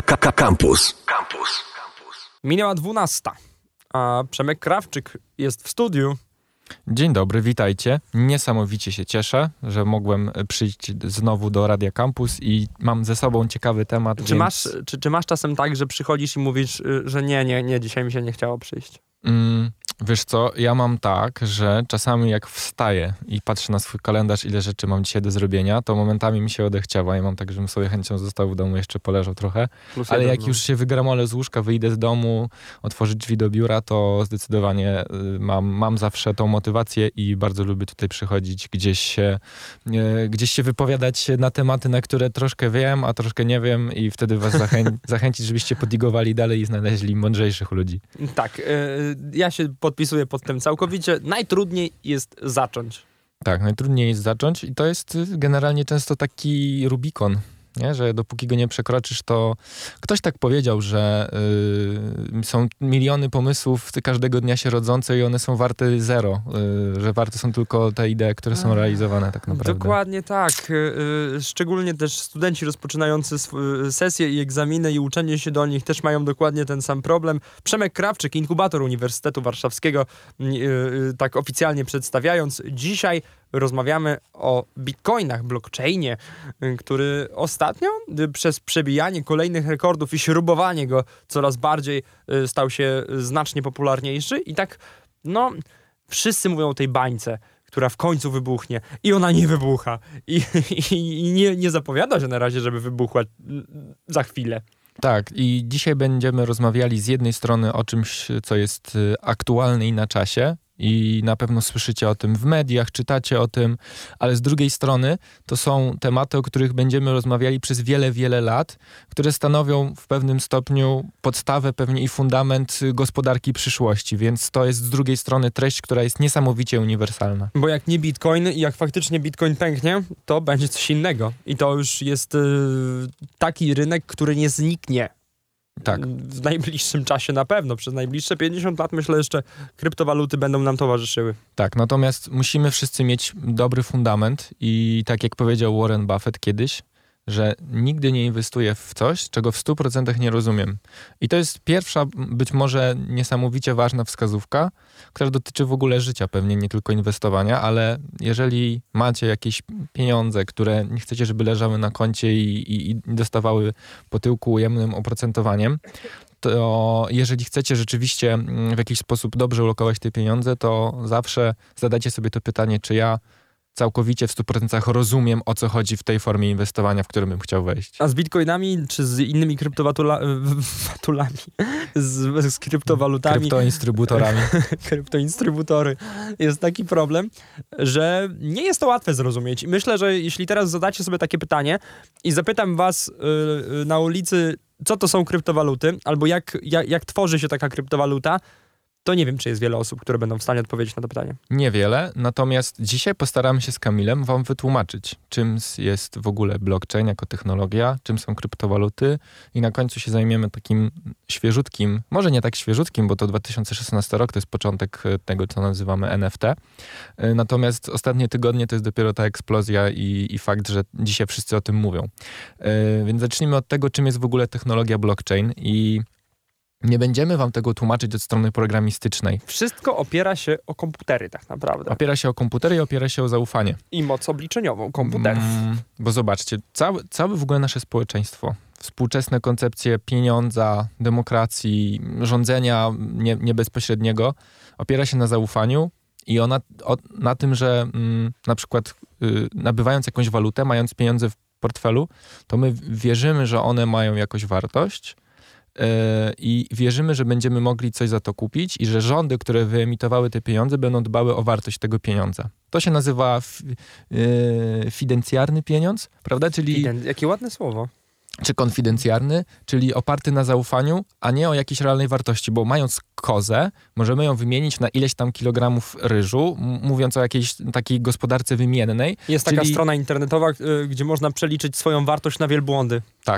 Campus. Minęła 12, a Przemek Krawczyk jest w studiu. Dzień dobry, witajcie. Niesamowicie się cieszę, że mogłem przyjść znowu do Radia Campus i mam ze sobą ciekawy temat. Czy masz czasem tak, że przychodzisz i mówisz, że nie, dzisiaj mi się nie chciało przyjść? Wiesz co, ja mam tak, że czasami jak wstaję i patrzę na swój kalendarz, ile rzeczy mam dzisiaj do zrobienia, to momentami mi się odechciawa i mam tak, żebym sobie chęcią został w domu, jeszcze poleżał trochę. Ale jak już się wygramolę z łóżka, wyjdę z domu, otworzę drzwi do biura, to zdecydowanie mam zawsze tą motywację i bardzo lubię tutaj przychodzić, gdzieś się wypowiadać na tematy, na które troszkę wiem, a troszkę nie wiem i wtedy was zachęcić, żebyście podigowali dalej i znaleźli mądrzejszych ludzi. Tak, ja się podpisuję pod tym całkowicie. Najtrudniej jest zacząć. Tak, najtrudniej jest zacząć i to jest generalnie często taki Rubikon, nie? Że dopóki go nie przekroczysz, to ktoś tak powiedział, że są miliony pomysłów każdego dnia się rodzące i one są warte zero, że warte są tylko te idee, które są realizowane tak naprawdę. Dokładnie tak. Szczególnie też studenci rozpoczynający sesje i egzaminy i uczenie się do nich też mają dokładnie ten sam problem. Przemek Krawczyk, inkubator Uniwersytetu Warszawskiego, tak oficjalnie przedstawiając, dzisiaj rozmawiamy o bitcoinach, blockchainie, który ostatnio przez przebijanie kolejnych rekordów i śrubowanie go coraz bardziej stał się znacznie popularniejszy i tak, wszyscy mówią o tej bańce, która w końcu wybuchnie i ona nie wybucha i nie zapowiada się na razie, żeby wybuchła za chwilę. Tak, i dzisiaj będziemy rozmawiali z jednej strony o czymś, co jest aktualne i na czasie, i na pewno słyszycie o tym w mediach, czytacie o tym, ale z drugiej strony to są tematy, o których będziemy rozmawiali przez wiele, wiele lat, które stanowią w pewnym stopniu podstawę pewnie i fundament gospodarki przyszłości, więc to jest z drugiej strony treść, która jest niesamowicie uniwersalna. Bo jak nie bitcoin i jak faktycznie bitcoin pęknie, to będzie coś innego i to już jest taki rynek, który nie zniknie. Tak. W najbliższym czasie na pewno. Przez najbliższe 50 lat myślę jeszcze kryptowaluty będą nam towarzyszyły. Tak, natomiast musimy wszyscy mieć dobry fundament i tak jak powiedział Warren Buffett kiedyś, że nigdy nie inwestuję w coś, czego w 100% nie rozumiem. I to jest pierwsza, być może niesamowicie ważna wskazówka, która dotyczy w ogóle życia, pewnie nie tylko inwestowania, ale jeżeli macie jakieś pieniądze, które nie chcecie, żeby leżały na koncie i dostawały po tyłku ujemnym oprocentowaniem, to jeżeli chcecie rzeczywiście w jakiś sposób dobrze ulokować te pieniądze, to zawsze zadajcie sobie to pytanie, czy ja całkowicie w 100% rozumiem, o co chodzi w tej formie inwestowania, w którym bym chciał wejść. A z bitcoinami, czy z innymi z kryptowalutami, kryptoinstrybutorami. Kryptoinstrybutory. Jest taki problem, że nie jest to łatwe zrozumieć. I myślę, że jeśli teraz zadacie sobie takie pytanie i zapytam was na ulicy, co to są kryptowaluty, albo jak tworzy się taka kryptowaluta, to nie wiem, czy jest wiele osób, które będą w stanie odpowiedzieć na to pytanie. Niewiele, natomiast dzisiaj postaramy się z Kamilem wam wytłumaczyć, czym jest w ogóle blockchain jako technologia, czym są kryptowaluty i na końcu się zajmiemy takim świeżutkim, może nie tak świeżutkim, bo to 2016 rok, to jest początek tego, co nazywamy NFT. Natomiast ostatnie tygodnie to jest dopiero ta eksplozja i fakt, że dzisiaj wszyscy o tym mówią. Więc zacznijmy od tego, czym jest w ogóle technologia blockchain i nie będziemy wam tego tłumaczyć od strony programistycznej. Wszystko opiera się o komputery tak naprawdę. Opiera się o komputery i opiera się o zaufanie. I moc obliczeniową komputerów. Bo zobaczcie, całe w ogóle nasze społeczeństwo, współczesne koncepcje pieniądza, demokracji, rządzenia nie bezpośredniego opiera się na zaufaniu i na tym, że na przykład nabywając jakąś walutę, mając pieniądze w portfelu, to my wierzymy, że one mają jakąś wartość, i wierzymy, że będziemy mogli coś za to kupić i że rządy, które wyemitowały te pieniądze, będą dbały o wartość tego pieniądza. To się nazywa fidencjarny pieniądz, prawda? Czyli jakie ładne słowo. Czy konfidencjarny, czyli oparty na zaufaniu, a nie o jakiejś realnej wartości, bo mając kozę, możemy ją wymienić na ileś tam kilogramów ryżu, mówiąc o jakiejś takiej gospodarce wymiennej. Jest taka strona internetowa, gdzie można przeliczyć swoją wartość na wielbłądy. Tak.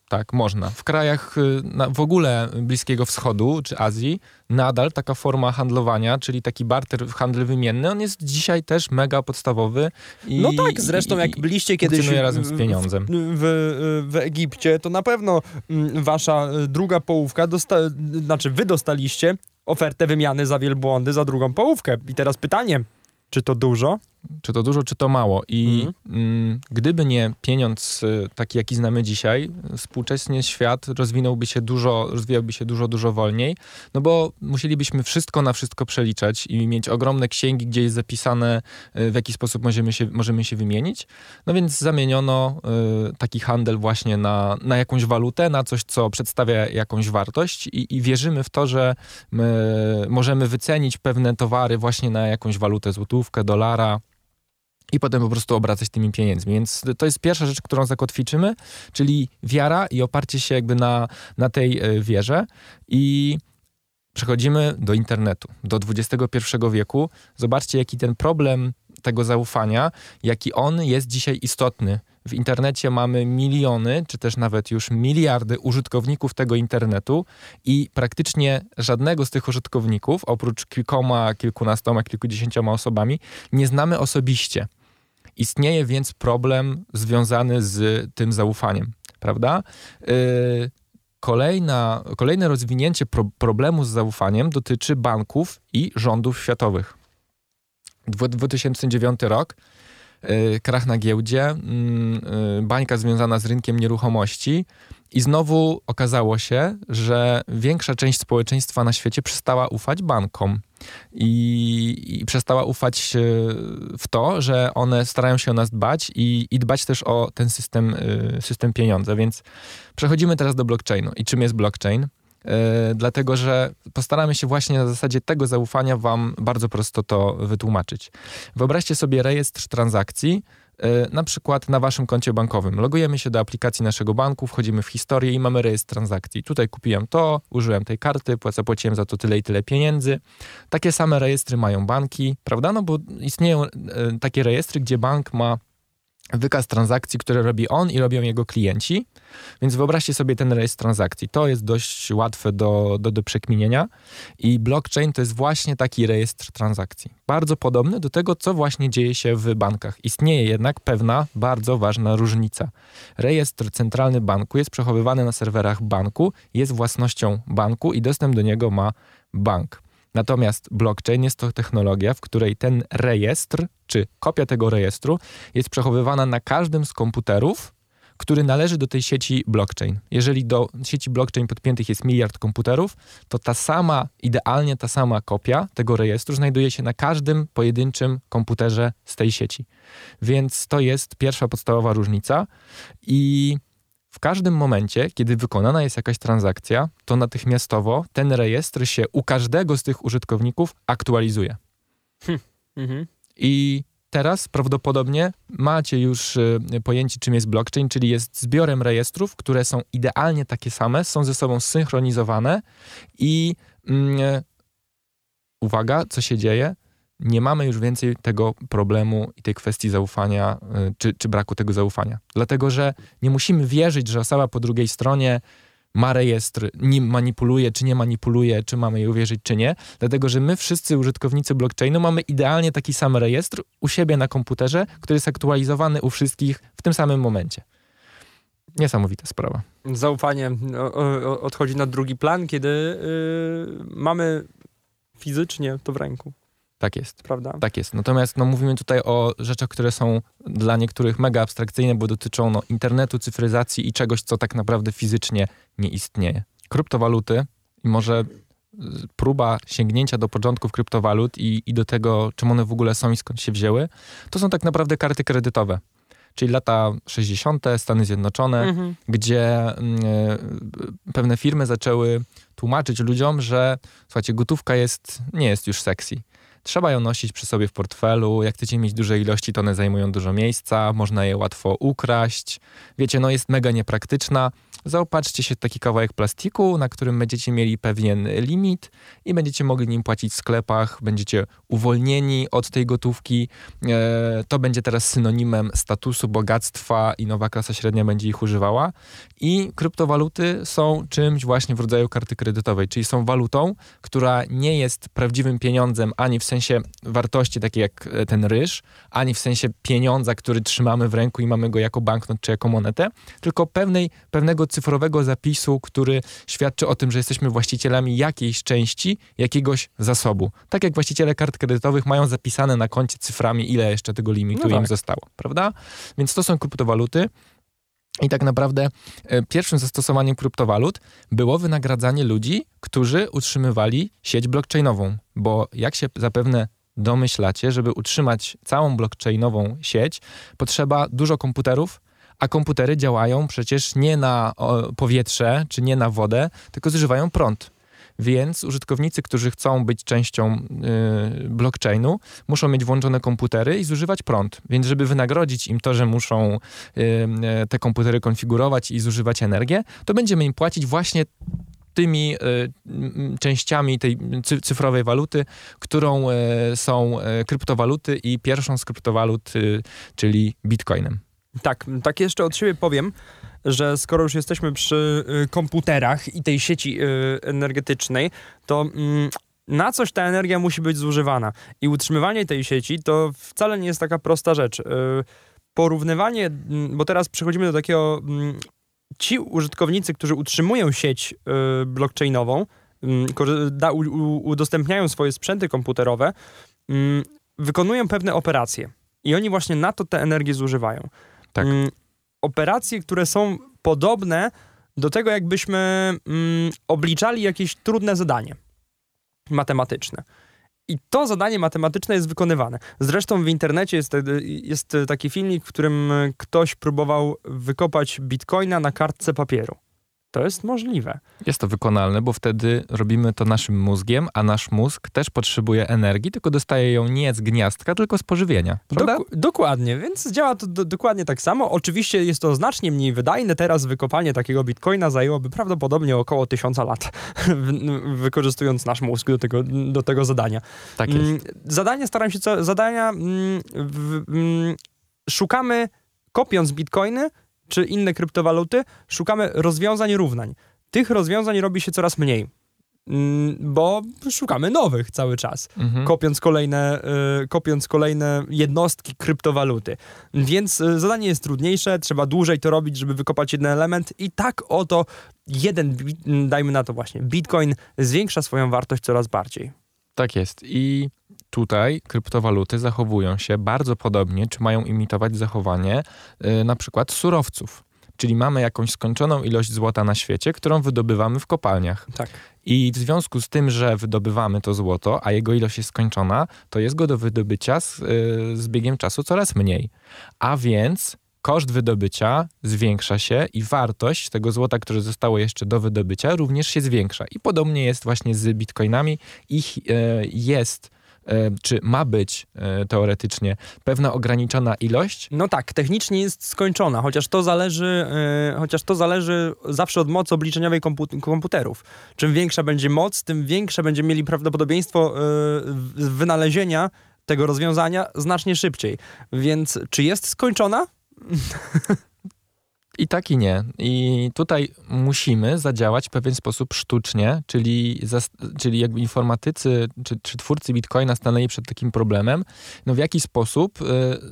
Tak, można. W krajach w ogóle Bliskiego Wschodu czy Azji nadal taka forma handlowania, czyli taki barter, handel wymienny, on jest dzisiaj też mega podstawowy. No tak, zresztą jak byliście kiedyś razem z pieniądzem. W Egipcie, to na pewno wasza druga połówka, wy dostaliście ofertę wymiany za wielbłądy za drugą połówkę. I teraz pytanie, czy to dużo? Czy to dużo, czy to mało? I gdyby nie pieniądz taki, jaki znamy dzisiaj, współczesny świat rozwijałby się dużo wolniej, no bo musielibyśmy wszystko na wszystko przeliczać i mieć ogromne księgi, gdzie jest zapisane, w jaki sposób możemy się wymienić. No więc zamieniono taki handel właśnie na jakąś walutę, na coś, co przedstawia jakąś wartość i wierzymy w to, że możemy wycenić pewne towary właśnie na jakąś walutę, złotówkę, dolara, i potem po prostu obracać tymi pieniędzmi. Więc to jest pierwsza rzecz, którą zakotwiczymy, czyli wiara i oparcie się jakby na tej wierze. I przechodzimy do internetu, do XXI wieku. Zobaczcie, jaki ten problem tego zaufania, jaki on jest dzisiaj istotny. W internecie mamy miliony, czy też nawet już miliardy użytkowników tego internetu i praktycznie żadnego z tych użytkowników, oprócz kilkunastoma, kilkudziesięcioma osobami, nie znamy osobiście. Istnieje więc problem związany z tym zaufaniem, prawda? Kolejne rozwinięcie problemu z zaufaniem dotyczy banków i rządów światowych. 2009 rok, krach na giełdzie, bańka związana z rynkiem nieruchomości i znowu okazało się, że większa część społeczeństwa na świecie przestała ufać bankom i przestała ufać w to, że one starają się o nas dbać i dbać też o ten system pieniądza. Więc przechodzimy teraz do blockchainu. I czym jest blockchain? Dlatego, że postaramy się właśnie na zasadzie tego zaufania wam bardzo prosto to wytłumaczyć. Wyobraźcie sobie rejestr transakcji, na przykład na waszym koncie bankowym. Logujemy się do aplikacji naszego banku, wchodzimy w historię i mamy rejestr transakcji. Tutaj kupiłem to, użyłem tej karty, zapłaciłem za to tyle i tyle pieniędzy. Takie same rejestry mają banki, prawda? No bo istnieją takie rejestry, gdzie bank ma wykaz transakcji, które robi on i robią jego klienci. Więc wyobraźcie sobie ten rejestr transakcji. To jest dość łatwe do przekminienia i blockchain to jest właśnie taki rejestr transakcji. Bardzo podobny do tego, co właśnie dzieje się w bankach. Istnieje jednak pewna bardzo ważna różnica. Rejestr centralny banku jest przechowywany na serwerach banku, jest własnością banku i dostęp do niego ma bank. Natomiast blockchain jest to technologia, w której ten rejestr, czy kopia tego rejestru jest przechowywana na każdym z komputerów, który należy do tej sieci blockchain. Jeżeli do sieci blockchain podpiętych jest 1 miliard komputerów, to idealnie ta sama kopia tego rejestru znajduje się na każdym pojedynczym komputerze z tej sieci. Więc to jest pierwsza podstawowa różnica i w każdym momencie, kiedy wykonana jest jakaś transakcja, to natychmiastowo ten rejestr się u każdego z tych użytkowników aktualizuje. I teraz prawdopodobnie macie już pojęcie, czym jest blockchain, czyli jest zbiorem rejestrów, które są idealnie takie same, są ze sobą zsynchronizowane i uwaga, co się dzieje? Nie mamy już więcej tego problemu i tej kwestii zaufania, czy braku tego zaufania. Dlatego, że nie musimy wierzyć, że osoba po drugiej stronie ma rejestr, nim manipuluje, czy nie manipuluje, czy mamy jej uwierzyć, czy nie. Dlatego, że my wszyscy użytkownicy blockchainu mamy idealnie taki sam rejestr u siebie na komputerze, który jest aktualizowany u wszystkich w tym samym momencie. Niesamowita sprawa. Zaufanie odchodzi na drugi plan, kiedy mamy fizycznie to w ręku. Tak jest. Prawda? Tak jest. Natomiast mówimy tutaj o rzeczach, które są dla niektórych mega abstrakcyjne, bo dotyczą internetu, cyfryzacji i czegoś, co tak naprawdę fizycznie nie istnieje. Kryptowaluty i może próba sięgnięcia do początków kryptowalut i do tego, czym one w ogóle są i skąd się wzięły, to są tak naprawdę karty kredytowe. Czyli lata 60., Stany Zjednoczone, gdzie pewne firmy zaczęły tłumaczyć ludziom, że słuchajcie, gotówka nie jest już sexy. trzeba ją nosić przy sobie w portfelu. Jak chcecie mieć duże ilości, to one zajmują dużo miejsca, można je łatwo ukraść. Wiecie, no jest mega niepraktyczna. Zaopatrzcie się w taki kawałek plastiku, na którym będziecie mieli pewien limit i będziecie mogli nim płacić w sklepach, będziecie uwolnieni od tej gotówki. To będzie teraz synonimem statusu, bogactwa i nowa klasa średnia będzie ich używała. I kryptowaluty są czymś właśnie w rodzaju karty kredytowej, czyli są walutą, która nie jest prawdziwym pieniądzem ani w sensie wartości takiej jak ten ryż, ani w sensie pieniądza, który trzymamy w ręku i mamy go jako banknot czy jako monetę, tylko pewnego cyfrowego zapisu, który świadczy o tym, że jesteśmy właścicielami jakiejś części, jakiegoś zasobu. Tak jak właściciele kart kredytowych mają zapisane na koncie cyframi, ile jeszcze tego limitu im zostało, prawda? Więc to są kryptowaluty. I tak naprawdę pierwszym zastosowaniem kryptowalut było wynagradzanie ludzi, którzy utrzymywali sieć blockchainową. Bo jak się zapewne domyślacie, żeby utrzymać całą blockchainową sieć, potrzeba dużo komputerów, a komputery działają przecież nie na powietrze czy nie na wodę, tylko zużywają prąd. Więc użytkownicy, którzy chcą być częścią blockchainu, muszą mieć włączone komputery i zużywać prąd. Więc żeby wynagrodzić im to, że muszą te komputery konfigurować i zużywać energię, to będziemy im płacić właśnie tymi częściami tej cyfrowej waluty, którą są kryptowaluty i pierwszą z kryptowalut, czyli bitcoinem. Tak jeszcze od siebie powiem, że skoro już jesteśmy przy komputerach i tej sieci energetycznej, to na coś ta energia musi być zużywana. I utrzymywanie tej sieci to wcale nie jest taka prosta rzecz. Porównywanie, bo teraz przechodzimy do takiego... Ci użytkownicy, którzy utrzymują sieć blockchainową, udostępniają swoje sprzęty komputerowe, wykonują pewne operacje. I oni właśnie na to tę energię zużywają. Tak. Operacje, które są podobne do tego, jakbyśmy obliczali jakieś trudne zadanie matematyczne. I to zadanie matematyczne jest wykonywane. Zresztą w internecie jest taki filmik, w którym ktoś próbował wykopać bitcoina na kartce papieru. To jest możliwe. Jest to wykonalne, bo wtedy robimy to naszym mózgiem, a nasz mózg też potrzebuje energii, tylko dostaje ją nie z gniazdka, tylko z pożywienia. Dokładnie, więc działa to dokładnie tak samo. Oczywiście jest to znacznie mniej wydajne. Teraz wykopanie takiego bitcoina zajęłoby prawdopodobnie około 1000 lat, wykorzystując nasz mózg do tego zadania. Tak jest. Szukamy, kopiąc bitcoiny, czy inne kryptowaluty, szukamy rozwiązań równań. Tych rozwiązań robi się coraz mniej, bo szukamy nowych cały czas, kopiąc kolejne jednostki kryptowaluty. Więc zadanie jest trudniejsze, trzeba dłużej to robić, żeby wykopać jeden element i tak oto dajmy na to właśnie, bitcoin zwiększa swoją wartość coraz bardziej. Tak jest i tutaj kryptowaluty zachowują się bardzo podobnie, czy mają imitować zachowanie na przykład surowców. Czyli mamy jakąś skończoną ilość złota na świecie, którą wydobywamy w kopalniach. Tak. I w związku z tym, że wydobywamy to złoto, a jego ilość jest skończona, to jest go do wydobycia z biegiem czasu coraz mniej. A więc koszt wydobycia zwiększa się i wartość tego złota, które zostało jeszcze do wydobycia, również się zwiększa. I podobnie jest właśnie z bitcoinami. Ich jest, czy ma być teoretycznie pewna ograniczona ilość? No tak, technicznie jest skończona, chociaż to zależy zawsze od mocy obliczeniowej komputerów. Czym większa będzie moc, tym większe będziemy mieli prawdopodobieństwo wynalezienia tego rozwiązania znacznie szybciej. Więc czy jest skończona? I tak i nie. I tutaj musimy zadziałać w pewien sposób sztucznie, czyli jakby informatycy czy twórcy Bitcoina stanęli przed takim problemem, no w jaki sposób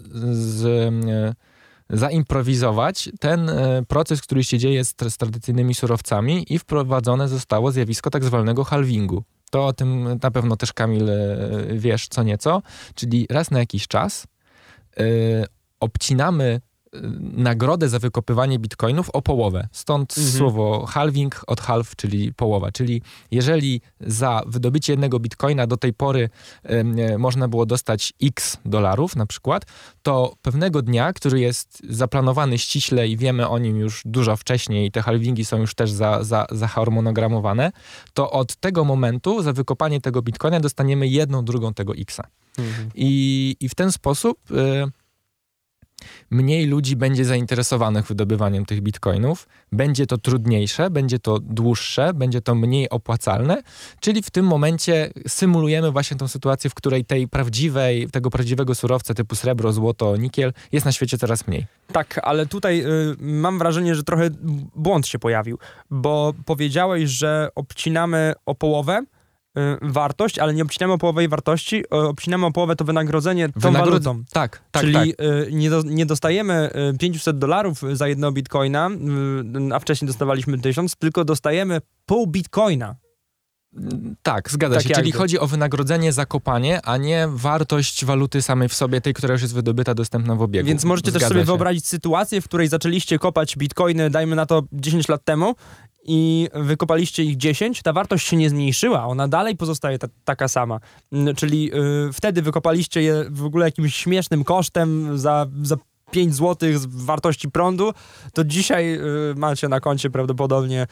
zaimprowizować ten proces, który się dzieje z tradycyjnymi surowcami i wprowadzone zostało zjawisko tak zwanego halvingu. To o tym na pewno też, Kamil, wiesz co nieco, czyli raz na jakiś czas obcinamy nagrodę za wykopywanie bitcoinów o połowę. Stąd słowo halving od half, czyli połowa. Czyli jeżeli za wydobycie jednego bitcoina do tej pory można było dostać x dolarów na przykład, to pewnego dnia, który jest zaplanowany ściśle i wiemy o nim już dużo wcześniej i te halvingi są już też zaharmonogramowane, to od tego momentu za wykopanie tego bitcoina dostaniemy 1/2 tego xa. I w ten sposób mniej ludzi będzie zainteresowanych wydobywaniem tych bitcoinów, będzie to trudniejsze, będzie to dłuższe, będzie to mniej opłacalne, czyli w tym momencie symulujemy właśnie tą sytuację, w której tego prawdziwego surowca typu srebro, złoto, nikiel jest na świecie coraz mniej. Tak, ale tutaj mam wrażenie, że trochę błąd się pojawił, bo powiedziałeś, że obcinamy o połowę wartość, ale nie obcinamy o połowej wartości, obcinamy o połowę to wynagrodzenie tą walutą. Tak. Czyli nie dostajemy $500 za jednego bitcoina, a wcześniej dostawaliśmy 1000, tylko dostajemy pół bitcoina. Tak, zgadza się. Czyli chodzi o wynagrodzenie za kopanie, a nie wartość waluty samej w sobie, tej, która już jest wydobyta, dostępna w obiegu. Więc możecie też sobie wyobrazić sytuację, w której zaczęliście kopać bitcoiny, dajmy na to 10 lat temu, i wykopaliście ich 10, ta wartość się nie zmniejszyła, ona dalej pozostaje taka sama. Czyli wtedy wykopaliście je w ogóle jakimś śmiesznym kosztem za 5 zł z wartości prądu, to dzisiaj macie na koncie prawdopodobnie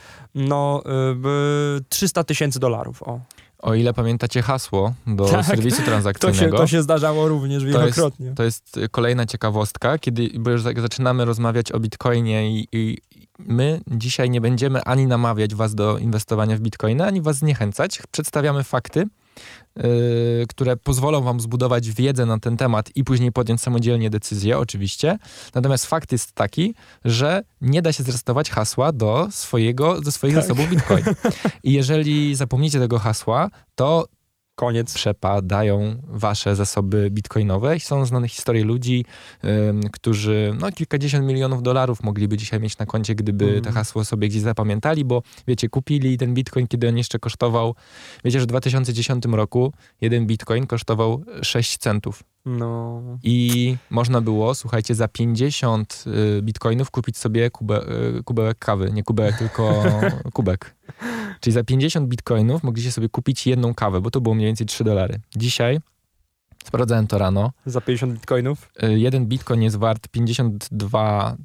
$300,000. O ile pamiętacie hasło do serwisu transakcyjnego. To się zdarzało również wielokrotnie. To jest kolejna ciekawostka, bo już zaczynamy rozmawiać o Bitcoinie i my dzisiaj nie będziemy ani namawiać was do inwestowania w Bitcoina, ani was zniechęcać. Przedstawiamy fakty, które pozwolą wam zbudować wiedzę na ten temat i później podjąć samodzielnie decyzję, oczywiście. Natomiast fakt jest taki, że nie da się zresetować hasła do swoich zasobów Bitcoin. I jeżeli zapomnicie tego hasła, to koniec. Przepadają wasze zasoby bitcoinowe i są znane historie ludzi, którzy kilkadziesiąt milionów dolarów mogliby dzisiaj mieć na koncie, gdyby to hasło sobie gdzieś zapamiętali, bo wiecie, kupili ten bitcoin, kiedy on jeszcze kosztował, wiecie, że w 2010 roku jeden bitcoin kosztował 6 centów. No. I można było, słuchajcie, za 50 bitcoinów kupić sobie kubełek kawy. Nie kubełek, tylko kubek. Czyli za 50 bitcoinów mogliście sobie kupić jedną kawę, bo to było mniej więcej $3. Dzisiaj, sprawdzałem to rano. Za 50 bitcoinów? Jeden bitcoin jest wart $52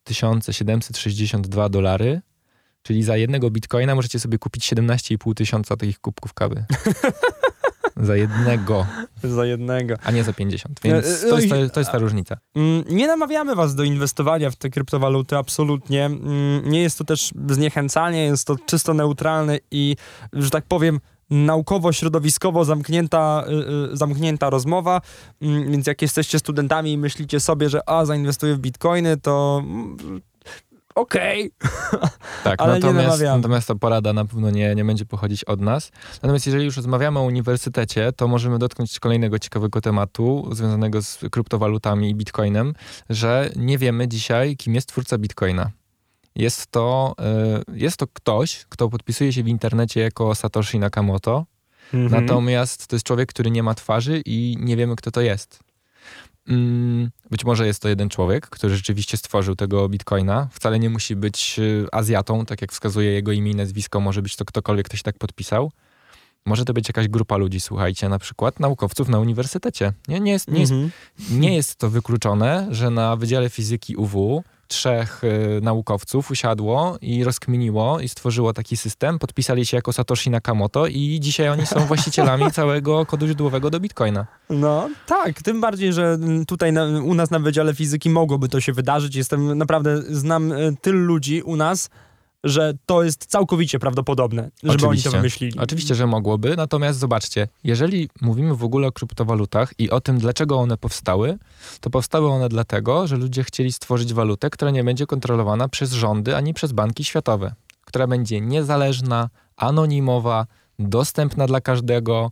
762, czyli za jednego bitcoina możecie sobie kupić 17,5 tysiąca takich kubków kawy. Za jednego. Za jednego. A nie za 50. Więc to jest ta różnica. Nie namawiamy was do inwestowania w te kryptowaluty, absolutnie. Nie jest to też zniechęcanie, jest to czysto neutralne i, że tak powiem, naukowo-środowiskowo zamknięta rozmowa, więc jak jesteście studentami i myślicie sobie, że zainwestuję w bitcoiny, to okej. Tak, ale natomiast ta porada na pewno nie będzie pochodzić od nas. Natomiast jeżeli już rozmawiamy o uniwersytecie, to możemy dotknąć kolejnego ciekawego tematu związanego z kryptowalutami i bitcoinem, że nie wiemy dzisiaj, kim jest twórca bitcoina. Jest to ktoś, kto podpisuje się w internecie jako Satoshi Nakamoto, natomiast to jest człowiek, który nie ma twarzy i nie wiemy, kto to jest. Być może jest to jeden człowiek, który rzeczywiście stworzył tego bitcoina. Wcale nie musi być Azjatą, tak jak wskazuje jego imię i nazwisko. Może być to ktokolwiek, kto się tak podpisał. Może to być jakaś grupa ludzi, słuchajcie, na przykład naukowców na uniwersytecie. Nie jest to wykluczone, że na Wydziale Fizyki UW 3 naukowców usiadło i rozkminiło i stworzyło taki system, podpisali się jako Satoshi Nakamoto i dzisiaj oni są właścicielami całego kodu źródłowego do bitcoina. No tak, tym bardziej, że tutaj u nas na Wydziale Fizyki mogłoby to się wydarzyć. Znam tylu ludzi u nas, że to jest całkowicie prawdopodobne, żeby oni to wymyślili. Oczywiście, że mogłoby, natomiast zobaczcie, jeżeli mówimy w ogóle o kryptowalutach i o tym, dlaczego one powstały, to powstały one dlatego, że ludzie chcieli stworzyć walutę, która nie będzie kontrolowana przez rządy ani przez banki światowe, która będzie niezależna, anonimowa, dostępna dla każdego.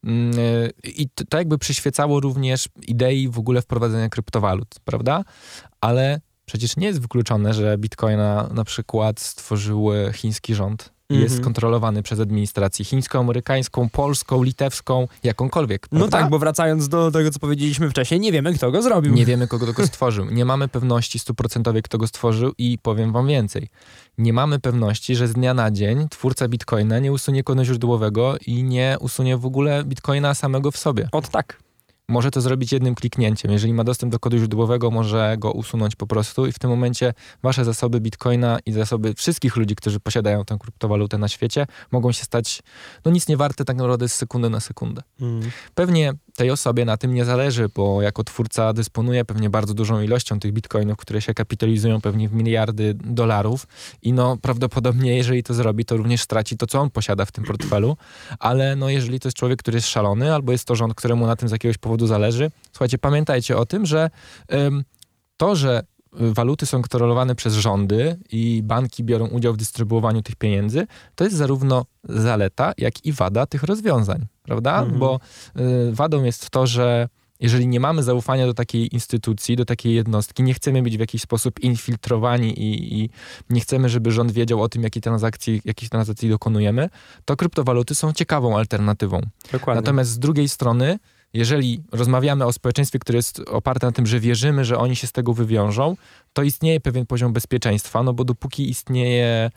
I to jakby przyświecało również idei w ogóle wprowadzenia kryptowalut, prawda? Ale przecież nie jest wykluczone, że bitcoina na przykład stworzył chiński rząd. jest kontrolowany przez administrację chińską, amerykańską, polską, litewską, jakąkolwiek. No prawda? tak, bo wracając do tego, co powiedzieliśmy wcześniej, nie wiemy, kto go zrobił. Nie wiemy, kogo go stworzył. Nie mamy pewności 100%, kto go stworzył i powiem wam więcej. Nie mamy pewności, że z dnia na dzień twórca Bitcoina nie usunie kodu źródłowego i nie usunie w ogóle Bitcoina samego w sobie. Tak. Może to zrobić jednym kliknięciem. Jeżeli ma dostęp do kodu źródłowego, może go usunąć po prostu i w tym momencie wasze zasoby Bitcoina i zasoby wszystkich ludzi, którzy posiadają tę kryptowalutę na świecie, mogą się stać nic nie warte tak naprawdę z sekundy na sekundę. Pewnie tej osobie na tym nie zależy, bo jako twórca dysponuje pewnie bardzo dużą ilością tych bitcoinów, które się kapitalizują pewnie w miliardy dolarów i prawdopodobnie jeżeli to zrobi, to również straci to, co on posiada w tym portfelu, ale jeżeli to jest człowiek, który jest szalony, albo jest to rząd, któremu na tym z jakiegoś powodu zależy, słuchajcie, pamiętajcie o tym, że to, że waluty są kontrolowane przez rządy i banki biorą udział w dystrybuowaniu tych pieniędzy, to jest zarówno zaleta, jak i wada tych rozwiązań, prawda? Bo wadą jest to, że jeżeli nie mamy zaufania do takiej instytucji, do takiej jednostki, nie chcemy być w jakiś sposób infiltrowani i nie chcemy, żeby rząd wiedział o tym, jakich transakcji dokonujemy, to kryptowaluty są ciekawą alternatywą. Dokładnie. Natomiast z drugiej strony, jeżeli rozmawiamy o społeczeństwie, które jest oparte na tym, że wierzymy, że oni się z tego wywiążą, to istnieje pewien poziom bezpieczeństwa, bo dopóki istnieje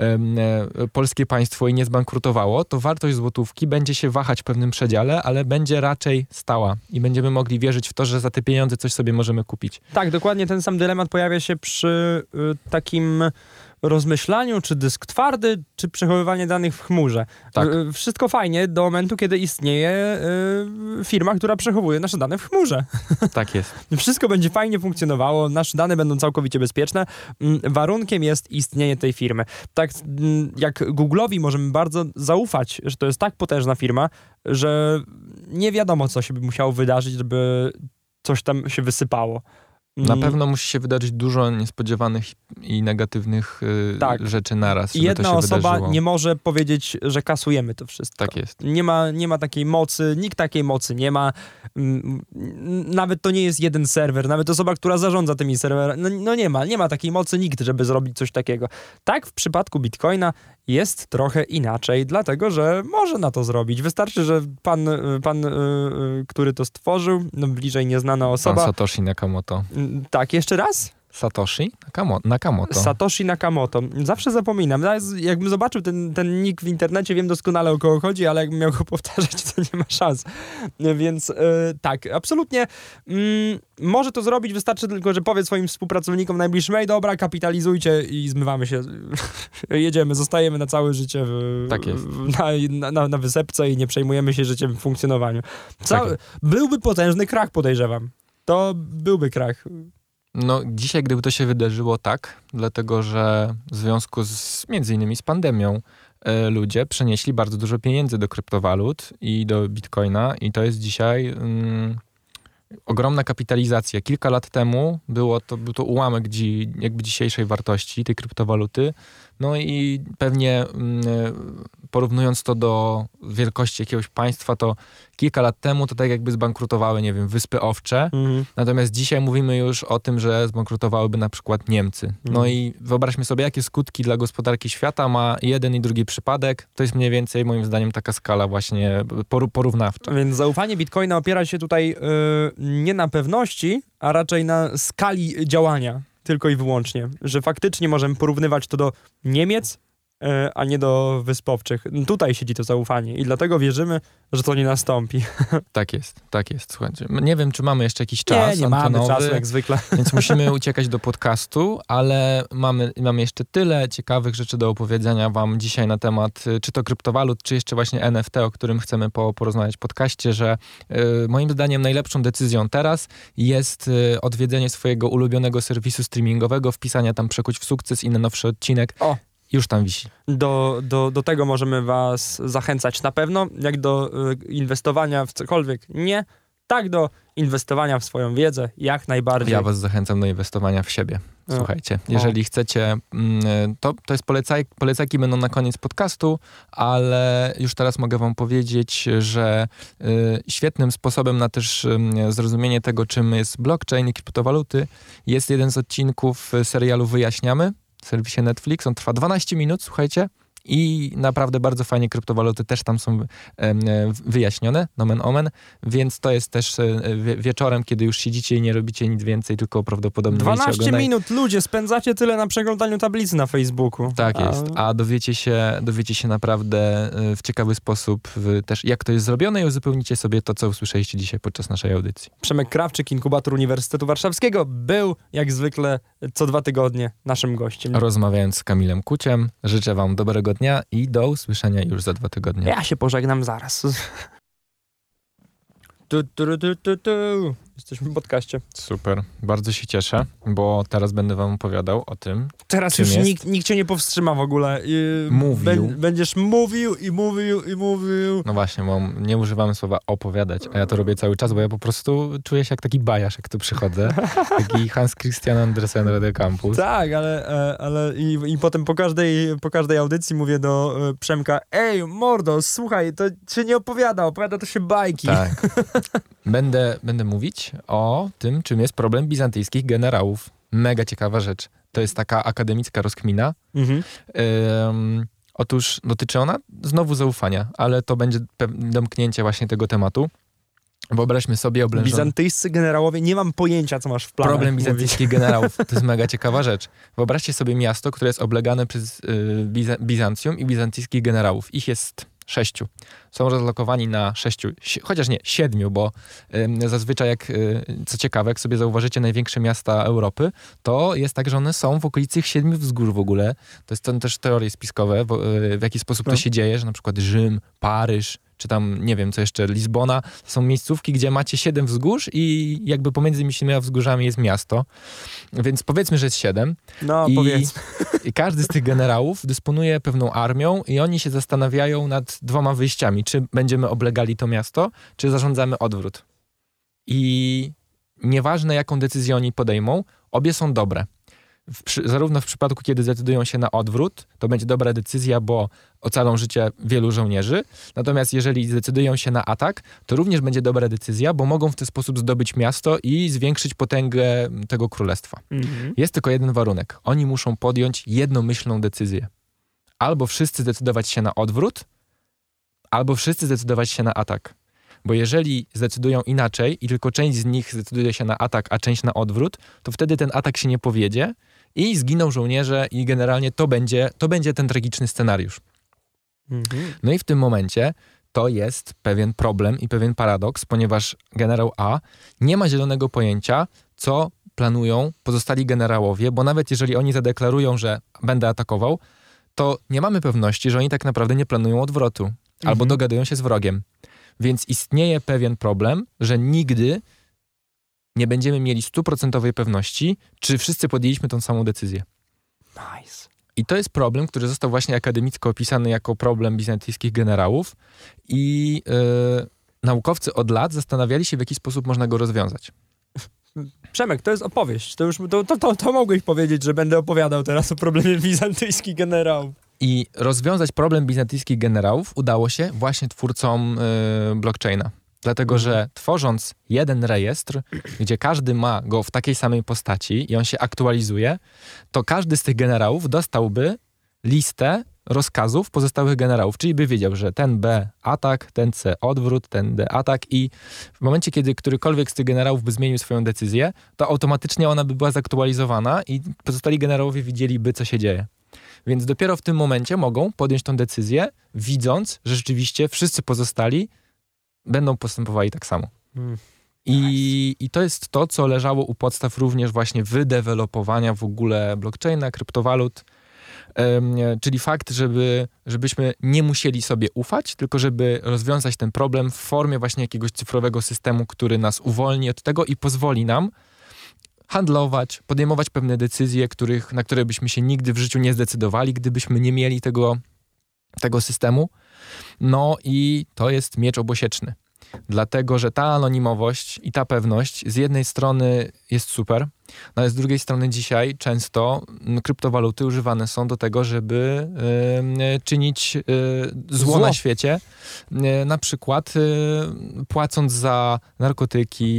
polskie państwo i nie zbankrutowało, to wartość złotówki będzie się wahać w pewnym przedziale, ale będzie raczej stała i będziemy mogli wierzyć w to, że za te pieniądze coś sobie możemy kupić. Tak, dokładnie ten sam dylemat pojawia się przy takim rozmyślaniu, czy dysk twardy, czy przechowywanie danych w chmurze. Tak. Wszystko fajnie do momentu, kiedy istnieje firma, która przechowuje nasze dane w chmurze. Tak jest. Wszystko będzie fajnie funkcjonowało, nasze dane będą całkowicie bezpieczne. Warunkiem jest istnienie tej firmy. Tak jak Google'owi możemy bardzo zaufać, że to jest tak potężna firma, że nie wiadomo, co się by musiało wydarzyć, żeby coś tam się wysypało. Na pewno musi się wydarzyć dużo niespodziewanych i negatywnych rzeczy naraz, żeby jedna to się osoba wydarzyło. nie może powiedzieć, że kasujemy to wszystko. Tak jest. Nie ma takiej mocy, nikt takiej mocy nie ma. Nawet to nie jest jeden serwer, nawet osoba, która zarządza tymi serwerami, nie ma takiej mocy nikt, żeby zrobić coś takiego. Tak w przypadku Bitcoina jest trochę inaczej, dlatego, że może na to zrobić. Wystarczy, że pan który to stworzył, bliżej nieznana osoba. Pan Satoshi Nakamoto. Tak, jeszcze raz? Satoshi Nakamoto. Satoshi Nakamoto. Zawsze zapominam. Jakbym zobaczył ten nick w internecie, wiem doskonale, o kogo chodzi, ale jakbym miał go powtarzać, to nie ma szans. Więc tak, absolutnie może to zrobić. Wystarczy tylko, że powie swoim współpracownikom najbliższym: ej, dobra, kapitalizujcie i zmywamy się. Jedziemy, zostajemy na całe życie tak jest. Na wysepce i nie przejmujemy się życiem w funkcjonowaniu. Byłby potężny krach, podejrzewam. To byłby krach. Dzisiaj, gdyby to się wydarzyło, tak, dlatego że w związku między innymi z pandemią ludzie przenieśli bardzo dużo pieniędzy do kryptowalut i do Bitcoina i to jest dzisiaj ogromna kapitalizacja. Kilka lat temu był to ułamek jakby dzisiejszej wartości tej kryptowaluty. I pewnie porównując to do wielkości jakiegoś państwa, to kilka lat temu to tak jakby zbankrutowały, nie wiem, Wyspy Owcze. Natomiast dzisiaj mówimy już o tym, że zbankrutowałyby na przykład Niemcy. I wyobraźmy sobie, jakie skutki dla gospodarki świata ma jeden i drugi przypadek. To jest mniej więcej, moim zdaniem, taka skala właśnie porównawcza. Więc zaufanie Bitcoina opiera się tutaj nie na pewności, a raczej na skali działania. Tylko i wyłącznie, że faktycznie możemy porównywać to do Niemiec, a nie do Wysp Owczych. Tutaj siedzi to zaufanie i dlatego wierzymy, że to nie nastąpi. Tak jest. Słuchajcie, nie wiem, czy mamy jeszcze jakiś czas nie mamy czasu jak zwykle. Więc musimy uciekać do podcastu, ale mamy jeszcze tyle ciekawych rzeczy do opowiedzenia wam dzisiaj na temat czy to kryptowalut, czy jeszcze właśnie NFT, o którym chcemy porozmawiać w podcaście, że moim zdaniem najlepszą decyzją teraz jest odwiedzenie swojego ulubionego serwisu streamingowego, wpisania tam Przekuć w sukces i na nowszy odcinek. Już tam wisi. Do tego możemy was zachęcać na pewno, jak do inwestowania w cokolwiek nie, tak do inwestowania w swoją wiedzę, jak najbardziej. Ja was zachęcam do inwestowania w siebie. Słuchajcie, jeżeli chcecie, to jest polecajki będą na koniec podcastu, ale już teraz mogę wam powiedzieć, że świetnym sposobem na też zrozumienie tego, czym jest blockchain i kryptowaluty, jest jeden z odcinków serialu Wyjaśniamy w serwisie Netflix. On trwa 12 minut, słuchajcie, I naprawdę bardzo fajnie kryptowaluty też tam są wyjaśnione, nomen omen, więc to jest też wieczorem, kiedy już siedzicie i nie robicie nic więcej, tylko prawdopodobnie 12 minut, ludzie, spędzacie tyle na przeglądaniu tablicy na Facebooku. Tak jest, a dowiecie się naprawdę w ciekawy sposób też, jak to jest zrobione i uzupełnicie sobie to, co usłyszeliście dzisiaj podczas naszej audycji. Przemek Krawczyk, inkubator Uniwersytetu Warszawskiego, był jak zwykle co 2 tygodnie naszym gościem. Rozmawiając z Kamilem Kuciem, życzę wam dobrego dnia i do usłyszenia już za 2 tygodnie. Ja się pożegnam zaraz. Jesteśmy w podcaście. Super, bardzo się cieszę, bo teraz będę wam opowiadał o tym. Teraz już nikt cię nie powstrzyma w ogóle. Mówił. Będziesz mówił i mówił i mówił. No właśnie, bo nie używamy słowa opowiadać, a ja to robię cały czas, bo ja po prostu czuję się jak taki bajarz, jak tu przychodzę. Taki Hans Christian Andersen Radio Campus. Tak, ale i potem po każdej audycji mówię do Przemka: ej, mordo, słuchaj, to się nie opowiada to się bajki. Tak. Będę mówić o tym, czym jest problem bizantyjskich generałów. Mega ciekawa rzecz. To jest taka akademicka rozkmina. Otóż dotyczy ona znowu zaufania, ale to będzie domknięcie właśnie tego tematu. Wyobraźmy sobie oblężone... Bizantyjscy generałowie, nie mam pojęcia, co masz w planie. Problem bizantyjskich generałów, to jest mega ciekawa rzecz. Wyobraźcie sobie miasto, które jest oblegane przez Bizancjum i bizantyjskich generałów. Ich jest 6. Są rozlokowani na 6, chociaż nie, 7, bo zazwyczaj co ciekawe, jak sobie zauważycie największe miasta Europy, to jest tak, że one są w okolicy 7 wzgórz w ogóle. To są też teorie spiskowe, w jaki sposób to się dzieje, że na przykład Rzym, Paryż, czy tam, nie wiem, co jeszcze, Lizbona, to są miejscówki, gdzie macie 7 wzgórz i jakby pomiędzy tymi 7 wzgórzami jest miasto. Więc powiedzmy, że jest 7. No, powiedzmy. I każdy z tych generałów dysponuje pewną armią i oni się zastanawiają nad 2 wyjściami. Czy będziemy oblegali to miasto, czy zarządzamy odwrót. I nieważne, jaką decyzję oni podejmą, obie są dobre. Zarówno w przypadku, kiedy zdecydują się na odwrót, to będzie dobra decyzja, bo ocalą życie wielu żołnierzy. Natomiast jeżeli zdecydują się na atak, to również będzie dobra decyzja, bo mogą w ten sposób zdobyć miasto i zwiększyć potęgę tego królestwa. Jest tylko jeden warunek. Oni muszą podjąć jednomyślną decyzję. Albo wszyscy zdecydować się na odwrót, albo wszyscy zdecydować się na atak. Bo jeżeli zdecydują inaczej i tylko część z nich zdecyduje się na atak, a część na odwrót, to wtedy ten atak się nie powiedzie i zginą żołnierze i generalnie to będzie ten tragiczny scenariusz. No i w tym momencie to jest pewien problem i pewien paradoks, ponieważ generał A nie ma zielonego pojęcia, co planują pozostali generałowie, bo nawet jeżeli oni zadeklarują, że będę atakował, to nie mamy pewności, że oni tak naprawdę nie planują odwrotu albo dogadują się z wrogiem. Więc istnieje pewien problem, że nigdy nie będziemy mieli 100% pewności, czy wszyscy podjęliśmy tą samą decyzję. Nice. I to jest problem, który został właśnie akademicko opisany jako problem bizantyjskich generałów i naukowcy od lat zastanawiali się, w jaki sposób można go rozwiązać. Przemek, to jest opowieść. To mogłeś powiedzieć, że będę opowiadał teraz o problemie bizantyjskich generałów. I rozwiązać problem bizantyjskich generałów udało się właśnie twórcom blockchaina. Dlatego, że tworząc jeden rejestr, gdzie każdy ma go w takiej samej postaci i on się aktualizuje, to każdy z tych generałów dostałby listę rozkazów pozostałych generałów, czyli by wiedział, że ten B atak, ten C odwrót, ten D atak i w momencie, kiedy którykolwiek z tych generałów by zmienił swoją decyzję, to automatycznie ona by była zaktualizowana i pozostali generałowie widzieliby, co się dzieje. Więc dopiero w tym momencie mogą podjąć tą decyzję, widząc, że rzeczywiście wszyscy pozostali będą postępowali tak samo. I to jest to, co leżało u podstaw również właśnie wydevelopowania w ogóle blockchaina, kryptowalut, czyli fakt, żebyśmy nie musieli sobie ufać, tylko żeby rozwiązać ten problem w formie właśnie jakiegoś cyfrowego systemu, który nas uwolni od tego i pozwoli nam handlować, podejmować pewne decyzje, na które byśmy się nigdy w życiu nie zdecydowali, gdybyśmy nie mieli tego systemu. No i to jest miecz obosieczny. Dlatego, że ta anonimowość i ta pewność z jednej strony jest super, no ale z drugiej strony dzisiaj często kryptowaluty używane są do tego, żeby czynić zło na świecie. Na przykład płacąc za narkotyki,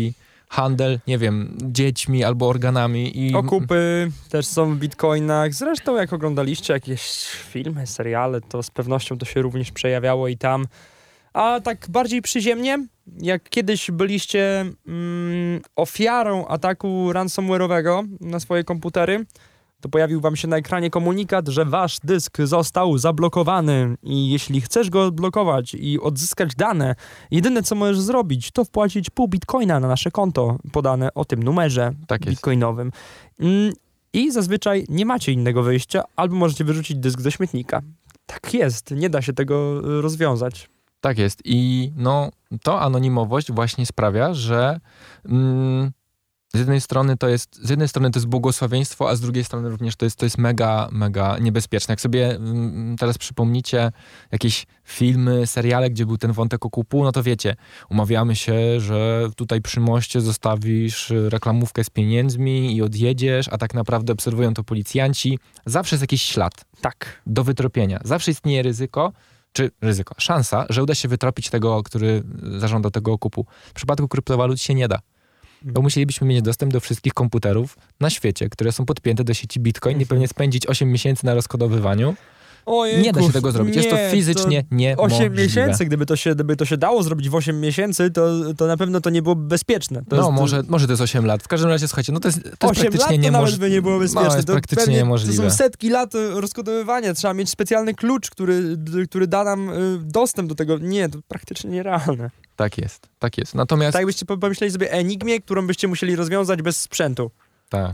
handel, nie wiem, dziećmi albo organami. I okupy też są w bitcoinach. Zresztą jak oglądaliście jakieś filmy, seriale, to z pewnością to się również przejawiało i tam. A tak bardziej przyziemnie, jak kiedyś byliście ofiarą ataku ransomware'owego na swoje komputery, to pojawił wam się na ekranie komunikat, że wasz dysk został zablokowany i jeśli chcesz go odblokować i odzyskać dane, jedyne co możesz zrobić, to wpłacić pół bitcoina na nasze konto podane o tym numerze bitcoinowym. I zazwyczaj nie macie innego wyjścia, albo możecie wyrzucić dysk do śmietnika. Tak jest, nie da się tego rozwiązać. Tak jest i no to anonimowość właśnie sprawia, że z jednej strony to jest błogosławieństwo, a z drugiej strony również to jest mega, mega niebezpieczne. Jak sobie teraz przypomnicie jakieś filmy, seriale, gdzie był ten wątek okupu, no to wiecie, umawiamy się, że tutaj przy moście zostawisz reklamówkę z pieniędzmi i odjedziesz, a tak naprawdę obserwują to policjanci. Zawsze jest jakiś ślad. Tak. Do wytropienia. Zawsze istnieje szansa, że uda się wytropić tego, który zażąda tego okupu. W przypadku kryptowalut się nie da. Bo musielibyśmy mieć dostęp do wszystkich komputerów na świecie, które są podpięte do sieci Bitcoin i pewnie spędzić 8 miesięcy na rozkodowywaniu. Ojejku, nie da się tego zrobić. Jest to fizycznie niemożliwe. 8 miesięcy, gdyby to się dało zrobić w 8 miesięcy, to na pewno to nie byłoby bezpieczne. Może to jest 8 lat. W każdym razie, słuchajcie, to jest praktycznie niemożliwe. 8 lat to nawet by nie było bezpieczne. To jest praktycznie niemożliwe. To są setki lat rozkodowywania. Trzeba mieć specjalny klucz, który da nam dostęp do tego. Nie, to praktycznie nierealne. Tak jest. Natomiast... Tak jakbyście pomyśleli sobie enigmię, którą byście musieli rozwiązać bez sprzętu. Tak.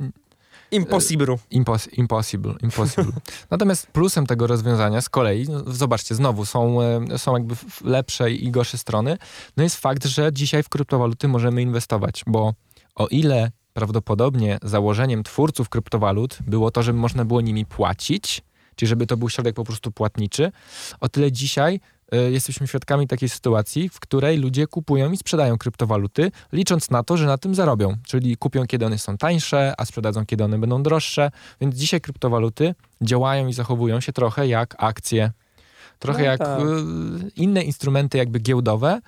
Impossible. Natomiast plusem tego rozwiązania z kolei, zobaczcie, znowu są jakby lepsze i gorsze strony, jest fakt, że dzisiaj w kryptowaluty możemy inwestować, bo o ile prawdopodobnie założeniem twórców kryptowalut było to, żeby można było nimi płacić, czyli żeby to był środek po prostu płatniczy, o tyle dzisiaj jesteśmy świadkami takiej sytuacji, w której ludzie kupują i sprzedają kryptowaluty, licząc na to, że na tym zarobią. Czyli kupią, kiedy one są tańsze, a sprzedadzą, kiedy one będą droższe. Więc dzisiaj kryptowaluty działają i zachowują się trochę jak akcje. Trochę jak inne instrumenty jakby giełdowe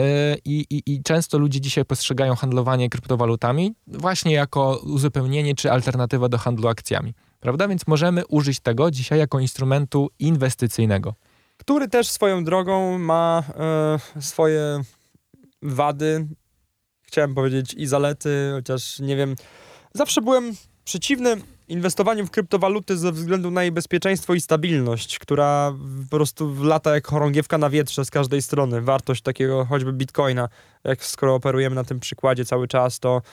i często ludzie dzisiaj postrzegają handlowanie kryptowalutami właśnie jako uzupełnienie czy alternatywa do handlu akcjami. Prawda? Więc możemy użyć tego dzisiaj jako instrumentu inwestycyjnego. Który też swoją drogą ma swoje wady, chciałem powiedzieć i zalety, chociaż nie wiem, zawsze byłem przeciwny inwestowaniu w kryptowaluty ze względu na jej bezpieczeństwo i stabilność, która po prostu lata jak chorągiewka na wietrze z każdej strony. Wartość takiego choćby bitcoina, jak skoro operujemy na tym przykładzie cały czas, to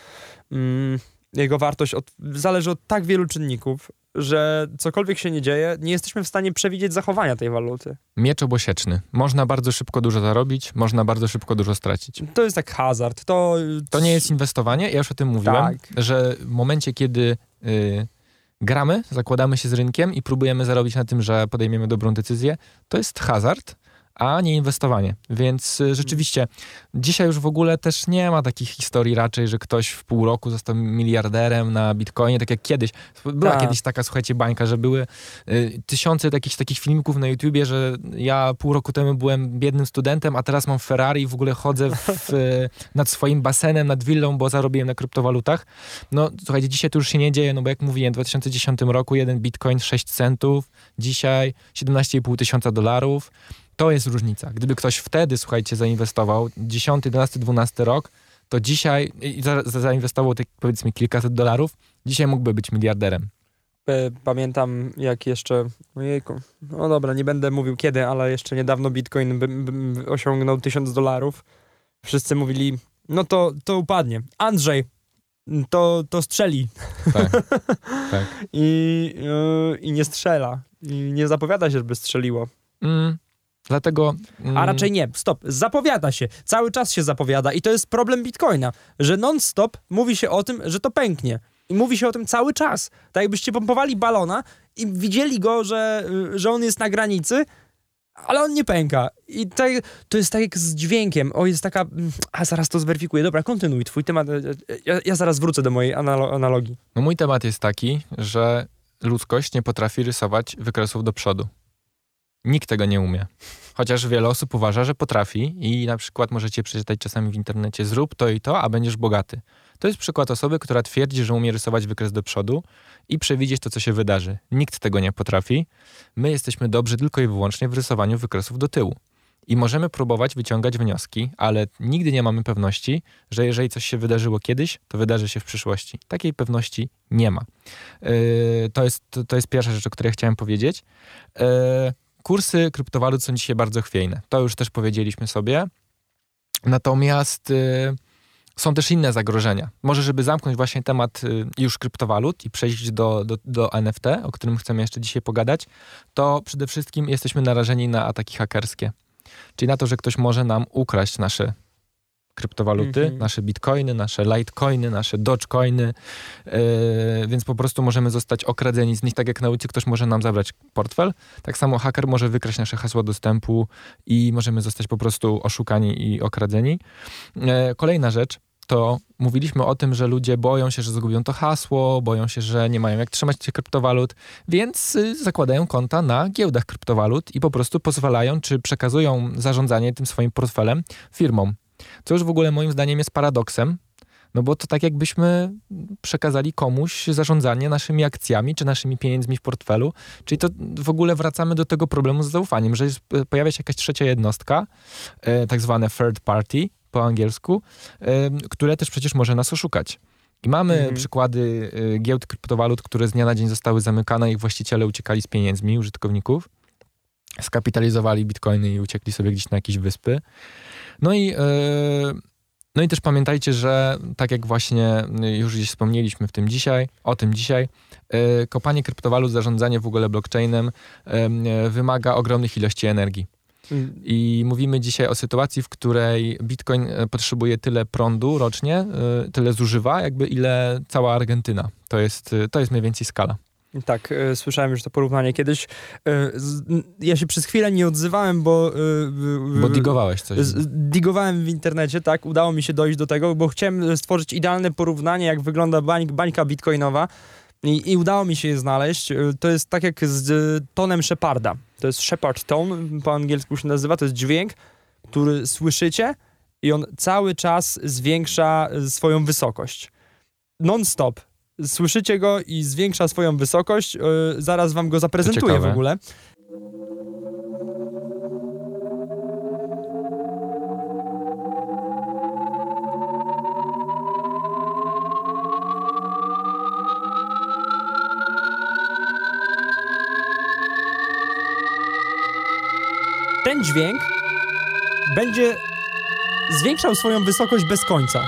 jego wartość zależy od tak wielu czynników, że cokolwiek się nie dzieje, nie jesteśmy w stanie przewidzieć zachowania tej waluty. Miecz obosieczny. Można bardzo szybko dużo zarobić, można bardzo szybko dużo stracić. To jest jak hazard. To nie jest inwestowanie. Ja już o tym mówiłem, że w momencie, kiedy gramy, zakładamy się z rynkiem i próbujemy zarobić na tym, że podejmiemy dobrą decyzję, to jest hazard, a nie inwestowanie. Więc rzeczywiście dzisiaj już w ogóle też nie ma takich historii raczej, że ktoś w pół roku został miliarderem na Bitcoinie, tak jak kiedyś. Była kiedyś taka, słuchajcie, bańka, że były tysiące takich filmików na YouTubie, że ja pół roku temu byłem biednym studentem, a teraz mam Ferrari i w ogóle chodzę nad swoim basenem, nad willą, bo zarobiłem na kryptowalutach. No słuchajcie, dzisiaj to już się nie dzieje, no bo jak mówiłem, w 2010 roku jeden Bitcoin 6 centów, dzisiaj 17,5 tysiąca dolarów. To jest różnica. Gdyby ktoś wtedy, słuchajcie, zainwestował 10, 11, 12 rok, to dzisiaj zainwestował powiedzmy kilkaset dolarów, dzisiaj mógłby być miliarderem. Pamiętam jak jeszcze, ojejku, no dobra, nie będę mówił kiedy, ale jeszcze niedawno Bitcoin osiągnął $1000. Wszyscy mówili, no to upadnie. Andrzej, to strzeli. Tak. I nie strzela. I nie zapowiada się, żeby strzeliło. Dlatego... A raczej nie, stop, zapowiada się, cały czas się zapowiada i to jest problem Bitcoina, że non-stop mówi się o tym, że to pęknie i mówi się o tym cały czas. Tak jakbyście pompowali balona i widzieli go, że on jest na granicy, ale on nie pęka. I to jest tak jak z dźwiękiem, jest taka, zaraz to zweryfikuję, dobra, kontynuuj twój temat, ja zaraz wrócę do mojej analogii. No mój temat jest taki, że ludzkość nie potrafi rysować wykresów do przodu. Nikt tego nie umie. Chociaż wiele osób uważa, że potrafi i na przykład możecie przeczytać czasami w internecie zrób to i to, a będziesz bogaty. To jest przykład osoby, która twierdzi, że umie rysować wykres do przodu i przewidzieć to, co się wydarzy. Nikt tego nie potrafi. My jesteśmy dobrzy tylko i wyłącznie w rysowaniu wykresów do tyłu. I możemy próbować wyciągać wnioski, ale nigdy nie mamy pewności, że jeżeli coś się wydarzyło kiedyś, to wydarzy się w przyszłości. Takiej pewności nie ma. To jest pierwsza rzecz, o której chciałem powiedzieć. Kursy kryptowalut są dzisiaj bardzo chwiejne. To już też powiedzieliśmy sobie. Natomiast są też inne zagrożenia. Może, żeby zamknąć właśnie temat już kryptowalut i przejść do NFT, o którym chcemy jeszcze dzisiaj pogadać, to przede wszystkim jesteśmy narażeni na ataki hakerskie. Czyli na to, że ktoś może nam ukraść nasze kryptowaluty, nasze bitcoiny, nasze litecoiny, nasze dogecoiny, więc po prostu możemy zostać okradzeni z nich, tak jak na ulicy ktoś może nam zabrać portfel, tak samo haker może wykraść nasze hasła dostępu i możemy zostać po prostu oszukani i okradzeni. Kolejna rzecz, to mówiliśmy o tym, że ludzie boją się, że zgubią to hasło, boją się, że nie mają jak trzymać tych kryptowalut, więc zakładają konta na giełdach kryptowalut i po prostu pozwalają, czy przekazują zarządzanie tym swoim portfelem firmom. Co już w ogóle moim zdaniem jest paradoksem, no bo to tak jakbyśmy przekazali komuś zarządzanie naszymi akcjami, czy naszymi pieniędzmi w portfelu, czyli to w ogóle wracamy do tego problemu z zaufaniem, że pojawia się jakaś trzecia jednostka, tak zwane third party, po angielsku, które też przecież może nas oszukać. I mamy przykłady giełd kryptowalut, które z dnia na dzień zostały zamykane, ich właściciele uciekali z pieniędzmi użytkowników, skapitalizowali bitcoiny i uciekli sobie gdzieś na jakieś wyspy. No i też pamiętajcie, że tak jak właśnie już gdzieś wspomnieliśmy o tym dzisiaj, kopanie kryptowalut, zarządzanie w ogóle blockchainem wymaga ogromnych ilości energii. I mówimy dzisiaj o sytuacji, w której Bitcoin potrzebuje tyle prądu rocznie, tyle zużywa, jakby ile cała Argentyna. To jest mniej więcej skala. Tak, słyszałem już to porównanie kiedyś. Ja się przez chwilę nie odzywałem, bo digowałeś coś. Digowałem w internecie, tak, udało mi się dojść do tego, bo chciałem stworzyć idealne porównanie, jak wygląda bańka bitcoinowa. I udało mi się je znaleźć. To jest tak jak z tonem Sheparda. To jest Shepard tone, po angielsku się nazywa. To jest dźwięk, który słyszycie i on cały czas zwiększa swoją wysokość. Non-stop. Słyszycie go i zwiększa swoją wysokość. Zaraz wam go zaprezentuję w ogóle. Ten dźwięk będzie zwiększał swoją wysokość bez końca.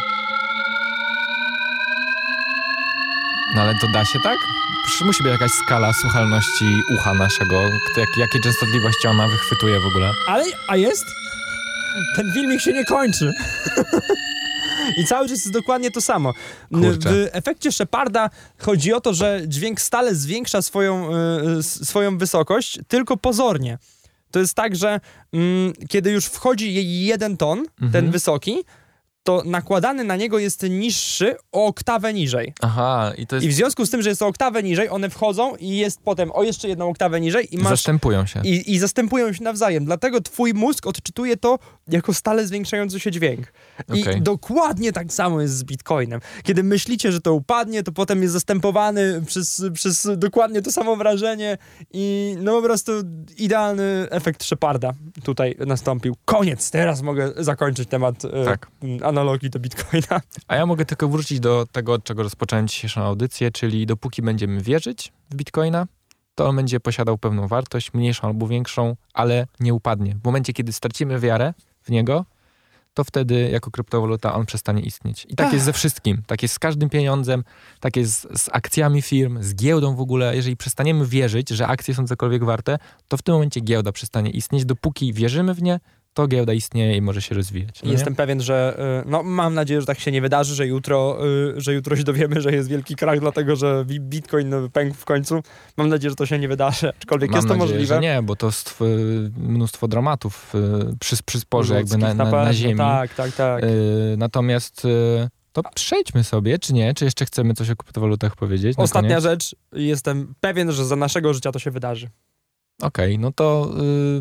No ale to da się tak? Przecież musi być jakaś skala słuchalności ucha naszego. Jakie częstotliwości ona wychwytuje w ogóle? A jest? Ten filmik się nie kończy. I cały czas jest dokładnie to samo. Kurczę. W efekcie Sheparda chodzi o to, że dźwięk stale zwiększa swoją wysokość, tylko pozornie. To jest tak, że kiedy już wchodzi jeden ton, ten wysoki, to nakładany na niego jest niższy o oktawę niżej. Aha, I w związku z tym, że jest o oktawę niżej, one wchodzą i jest potem o jeszcze jedną oktawę niżej i masz... Zastępują się. I zastępują się nawzajem. Dlatego twój mózg odczytuje to jako stale zwiększający się dźwięk. Okay. I dokładnie tak samo jest z Bitcoinem. Kiedy myślicie, że to upadnie, to potem jest zastępowany przez dokładnie to samo wrażenie i no po prostu idealny efekt Sheparda tutaj nastąpił. Koniec! Teraz mogę zakończyć temat analogii do Bitcoina. A ja mogę tylko wrócić do tego, od czego rozpocząłem dzisiejszą audycję, czyli dopóki będziemy wierzyć w Bitcoina, to on będzie posiadał pewną wartość, mniejszą albo większą, ale nie upadnie. W momencie, kiedy stracimy wiarę w niego, to wtedy jako kryptowaluta on przestanie istnieć. I tak jest ze wszystkim. Tak jest z każdym pieniądzem, tak jest z akcjami firm, z giełdą w ogóle. Jeżeli przestaniemy wierzyć, że akcje są cokolwiek warte, to w tym momencie giełda przestanie istnieć. Dopóki wierzymy w nie, to giełda istnieje i może się rozwijać. No jestem pewien, że mam nadzieję, że tak się nie wydarzy, że jutro się dowiemy, że jest wielki krach, dlatego że Bitcoin pękł w końcu. Mam nadzieję, że to się nie wydarzy, aczkolwiek jest to możliwe. Że nie, bo to mnóstwo dramatów przysporzy jakby na ziemi. Tak. Natomiast to przejdźmy sobie, czy nie? Czy jeszcze chcemy coś o kryptowalutach powiedzieć? Ostatnia rzecz. Jestem pewien, że za naszego życia to się wydarzy. Okej, no to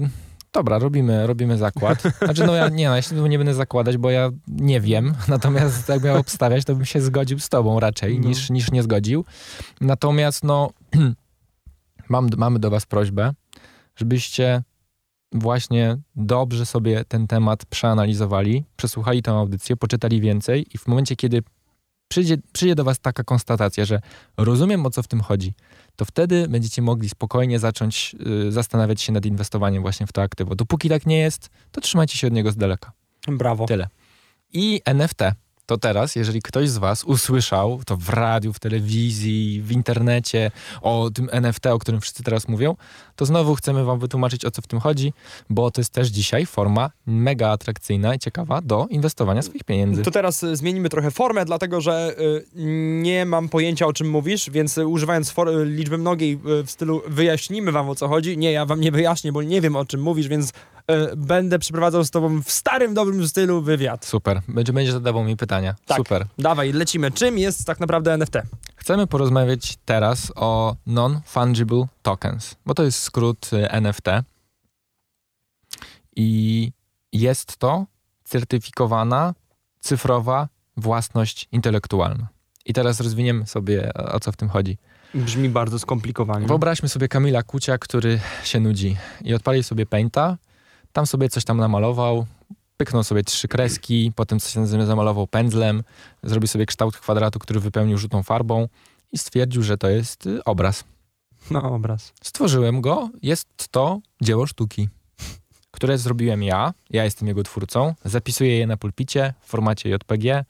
Dobra, robimy zakład. Znaczy, ja się nie będę zakładać, bo ja nie wiem. Natomiast jak miał obstawiać, to bym się zgodził z tobą raczej, niż nie zgodził. Natomiast, mamy do was prośbę, żebyście właśnie dobrze sobie ten temat przeanalizowali, przesłuchali tę audycję, poczytali więcej i w momencie, kiedy przyjdzie do was taka konstatacja, że rozumiem, o co w tym chodzi, to wtedy będziecie mogli spokojnie zacząć zastanawiać się nad inwestowaniem właśnie w to aktywo. Dopóki tak nie jest, to trzymajcie się od niego z daleka. Brawo. Tyle. I NFT. To teraz, jeżeli ktoś z was usłyszał to w radiu, w telewizji, w internecie o tym NFT, o którym wszyscy teraz mówią, to znowu chcemy wam wytłumaczyć, o co w tym chodzi, bo to jest też dzisiaj forma mega atrakcyjna i ciekawa do inwestowania swoich pieniędzy. To teraz zmienimy trochę formę, dlatego że nie mam pojęcia, o czym mówisz, więc używając liczby mnogiej w stylu wyjaśnimy wam, o co chodzi. Nie, ja wam nie wyjaśnię, bo nie wiem, o czym mówisz, więc będę przeprowadzał z tobą w starym, dobrym stylu wywiad. Super. Będziesz zadawał mi pytania. Tak. Super. Dawaj, lecimy. Czym jest tak naprawdę NFT? Chcemy porozmawiać teraz o Non-Fungible Tokens, bo to jest skrót NFT i jest to certyfikowana, cyfrowa własność intelektualna. I teraz rozwiniemy sobie, o co w tym chodzi. Brzmi bardzo skomplikowanie. Wyobraźmy sobie Kamila Kucia, który się nudzi i odpalił sobie Painta, tam sobie coś tam namalował, pyknął sobie 3 kreski, potem coś zamalował pędzlem, zrobił sobie kształt kwadratu, który wypełnił żółtą farbą i stwierdził, że to jest obraz. No, obraz. Stworzyłem go, jest to dzieło sztuki, które zrobiłem ja jestem jego twórcą, zapisuję je na pulpicie w formacie JPG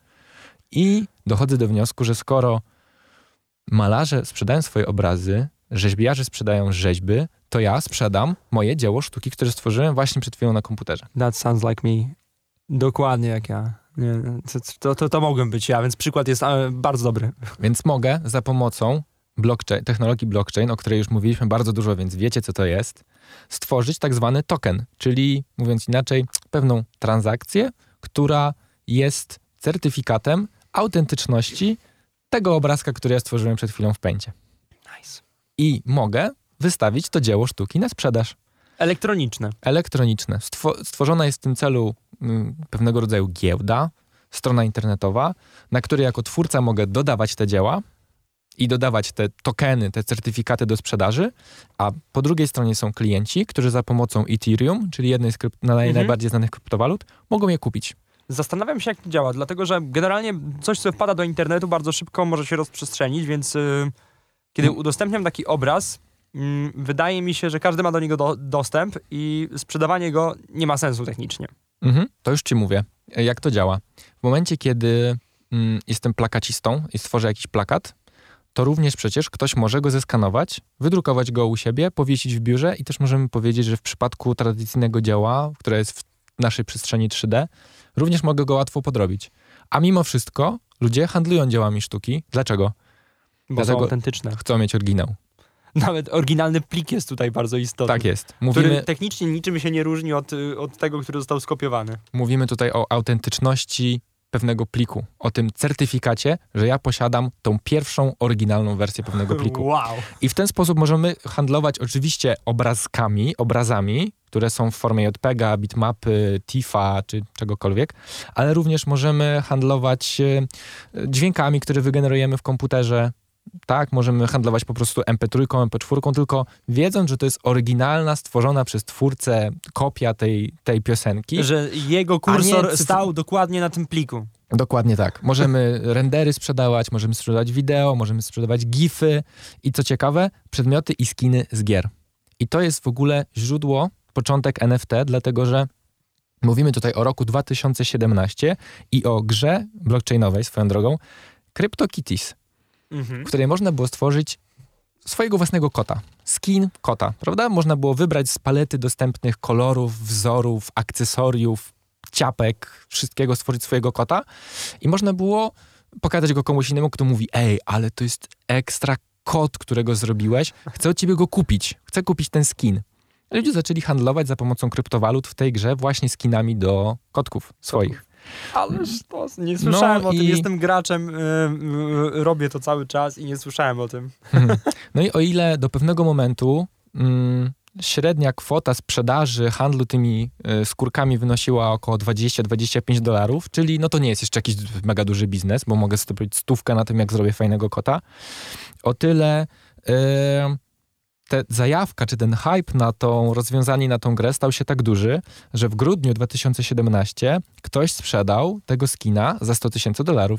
i dochodzę do wniosku, że skoro malarze sprzedają swoje obrazy, rzeźbiarze sprzedają rzeźby, to ja sprzedam moje dzieło sztuki, które stworzyłem właśnie przed chwilą na komputerze. That sounds like me. Dokładnie jak ja. Nie, to mogłem być ja, więc przykład jest bardzo dobry. Więc mogę za pomocą technologii blockchain, o której już mówiliśmy bardzo dużo, więc wiecie, co to jest, stworzyć tak zwany token, czyli mówiąc inaczej, pewną transakcję, która jest certyfikatem autentyczności tego obrazka, który ja stworzyłem przed chwilą w Paincie. Nice. I mogę wystawić to dzieło sztuki na sprzedaż. Elektroniczne. Stworzona jest w tym celu pewnego rodzaju giełda, strona internetowa, na której jako twórca mogę dodawać te dzieła i dodawać te tokeny, te certyfikaty do sprzedaży, a po drugiej stronie są klienci, którzy za pomocą Ethereum, czyli jednej z najbardziej znanych kryptowalut, mogą je kupić. Zastanawiam się, jak to działa, dlatego że generalnie coś, co wpada do internetu, bardzo szybko może się rozprzestrzenić, więc kiedy udostępniam taki obraz, wydaje mi się, że każdy ma do niego dostęp i sprzedawanie go nie ma sensu technicznie. To już ci mówię, jak to działa. W momencie, kiedy jestem plakacistą i stworzę jakiś plakat, to również przecież ktoś może go zeskanować, wydrukować go u siebie, powiesić w biurze i też możemy powiedzieć, że w przypadku tradycyjnego dzieła, które jest w naszej przestrzeni 3D, również mogę go łatwo podrobić. A mimo wszystko ludzie handlują dziełami sztuki. Dlaczego? Bo są autentyczne. Chcą mieć oryginał. Nawet oryginalny plik jest tutaj bardzo istotny. Tak jest. Który technicznie niczym się nie różni od tego, który został skopiowany. Mówimy tutaj o autentyczności pewnego pliku. O tym certyfikacie, że ja posiadam tą pierwszą oryginalną wersję pewnego pliku. Wow. I w ten sposób możemy handlować oczywiście obrazami, które są w formie JPEGa, bitmapy, TIFFa czy czegokolwiek, ale również możemy handlować dźwiękami, które wygenerujemy w komputerze. Tak, możemy handlować po prostu MP3, MP4, tylko wiedząc, że to jest oryginalna, stworzona przez twórcę kopia tej piosenki. Że jego kursor stał dokładnie na tym pliku. Dokładnie tak. Możemy rendery sprzedawać, możemy sprzedawać wideo, możemy sprzedawać gify i co ciekawe, przedmioty i skiny z gier. I to jest w ogóle początek NFT, dlatego że mówimy tutaj o roku 2017 i o grze blockchainowej, swoją drogą, CryptoKitties, w której można było stworzyć swojego własnego kota. Skin kota, prawda? Można było wybrać z palety dostępnych kolorów, wzorów, akcesoriów, ciapek, wszystkiego, stworzyć swojego kota i można było pokazać go komuś innemu, kto mówi: ej, ale to jest ekstra kot, którego zrobiłeś, chcę od ciebie go kupić, chcę kupić ten skin. Ludzie zaczęli handlować za pomocą kryptowalut w tej grze właśnie skinami do kotków swoich. Ależ to nie słyszałem o tym, jestem graczem, robię to cały czas i nie słyszałem o tym. No i o ile do pewnego momentu średnia kwota sprzedaży, handlu tymi skórkami wynosiła około $20-25, czyli no to nie jest jeszcze jakiś mega duży biznes, bo mogę sobie powiedzieć 100 na tym, jak zrobię fajnego kota. O tyle ta zajawka, czy ten hype na to rozwiązanie, na tą grę stał się tak duży, że w grudniu 2017 ktoś sprzedał tego skina za $100,000.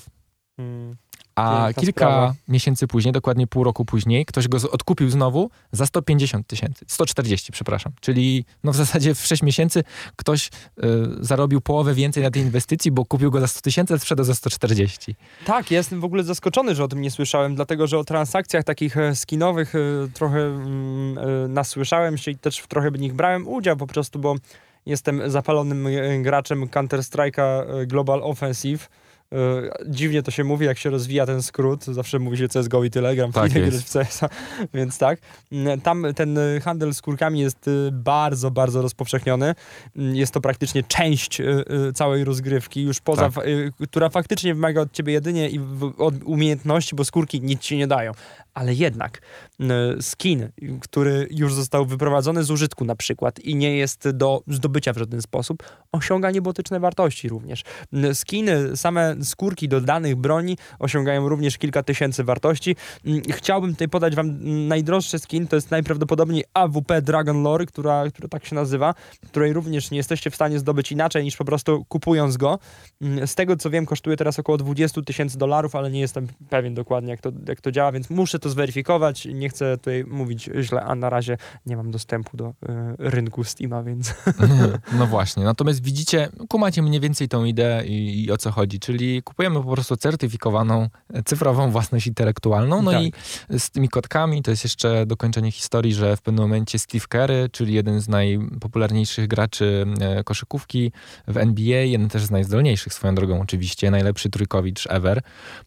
A kilka miesięcy później, dokładnie pół roku później, ktoś go odkupił znowu za 150,000. 140, przepraszam. Czyli no w zasadzie w 6 miesięcy ktoś zarobił połowę więcej na tej inwestycji, bo kupił go za 100,000, a sprzedał za 140. Tak, ja jestem w ogóle zaskoczony, że o tym nie słyszałem, dlatego, że o transakcjach takich skinowych trochę nasłyszałem się i też trochę w nich brałem udział po prostu, bo jestem zapalonym graczem Counter-Strike'a Global Offensive. Dziwnie to się mówi, jak się rozwija ten skrót. Zawsze mówi się CSGO i tyle, gram tak w CS-a, więc tak. Tam ten handel skórkami jest bardzo, bardzo rozpowszechniony. Jest to praktycznie część całej rozgrywki, już poza, która faktycznie wymaga od ciebie jedynie od umiejętności, bo skórki nic ci nie dają. Ale jednak skin, który już został wyprowadzony z użytku na przykład i nie jest do zdobycia w żaden sposób, osiąga niebotyczne wartości również. Skiny, same skórki do danych broni osiągają również kilka tysięcy wartości. Chciałbym tutaj podać wam najdroższy skin, to jest najprawdopodobniej AWP Dragon Lore, która tak się nazywa, której również nie jesteście w stanie zdobyć inaczej niż po prostu kupując go. Z tego co wiem, kosztuje teraz około $20,000, ale nie jestem pewien dokładnie jak to działa, więc muszę to zweryfikować. Nie chcę tutaj mówić źle, a na razie nie mam dostępu do rynku Steama, więc... No właśnie, natomiast widzicie, kumacie mniej więcej tą ideę i o co chodzi, czyli kupujemy po prostu certyfikowaną, cyfrową własność intelektualną, no tak. I z tymi kotkami to jest jeszcze dokończenie historii, że w pewnym momencie Steve Kerr, czyli jeden z najpopularniejszych graczy koszykówki w NBA, jeden też z najzdolniejszych swoją drogą oczywiście, najlepszy trójkowicz ever,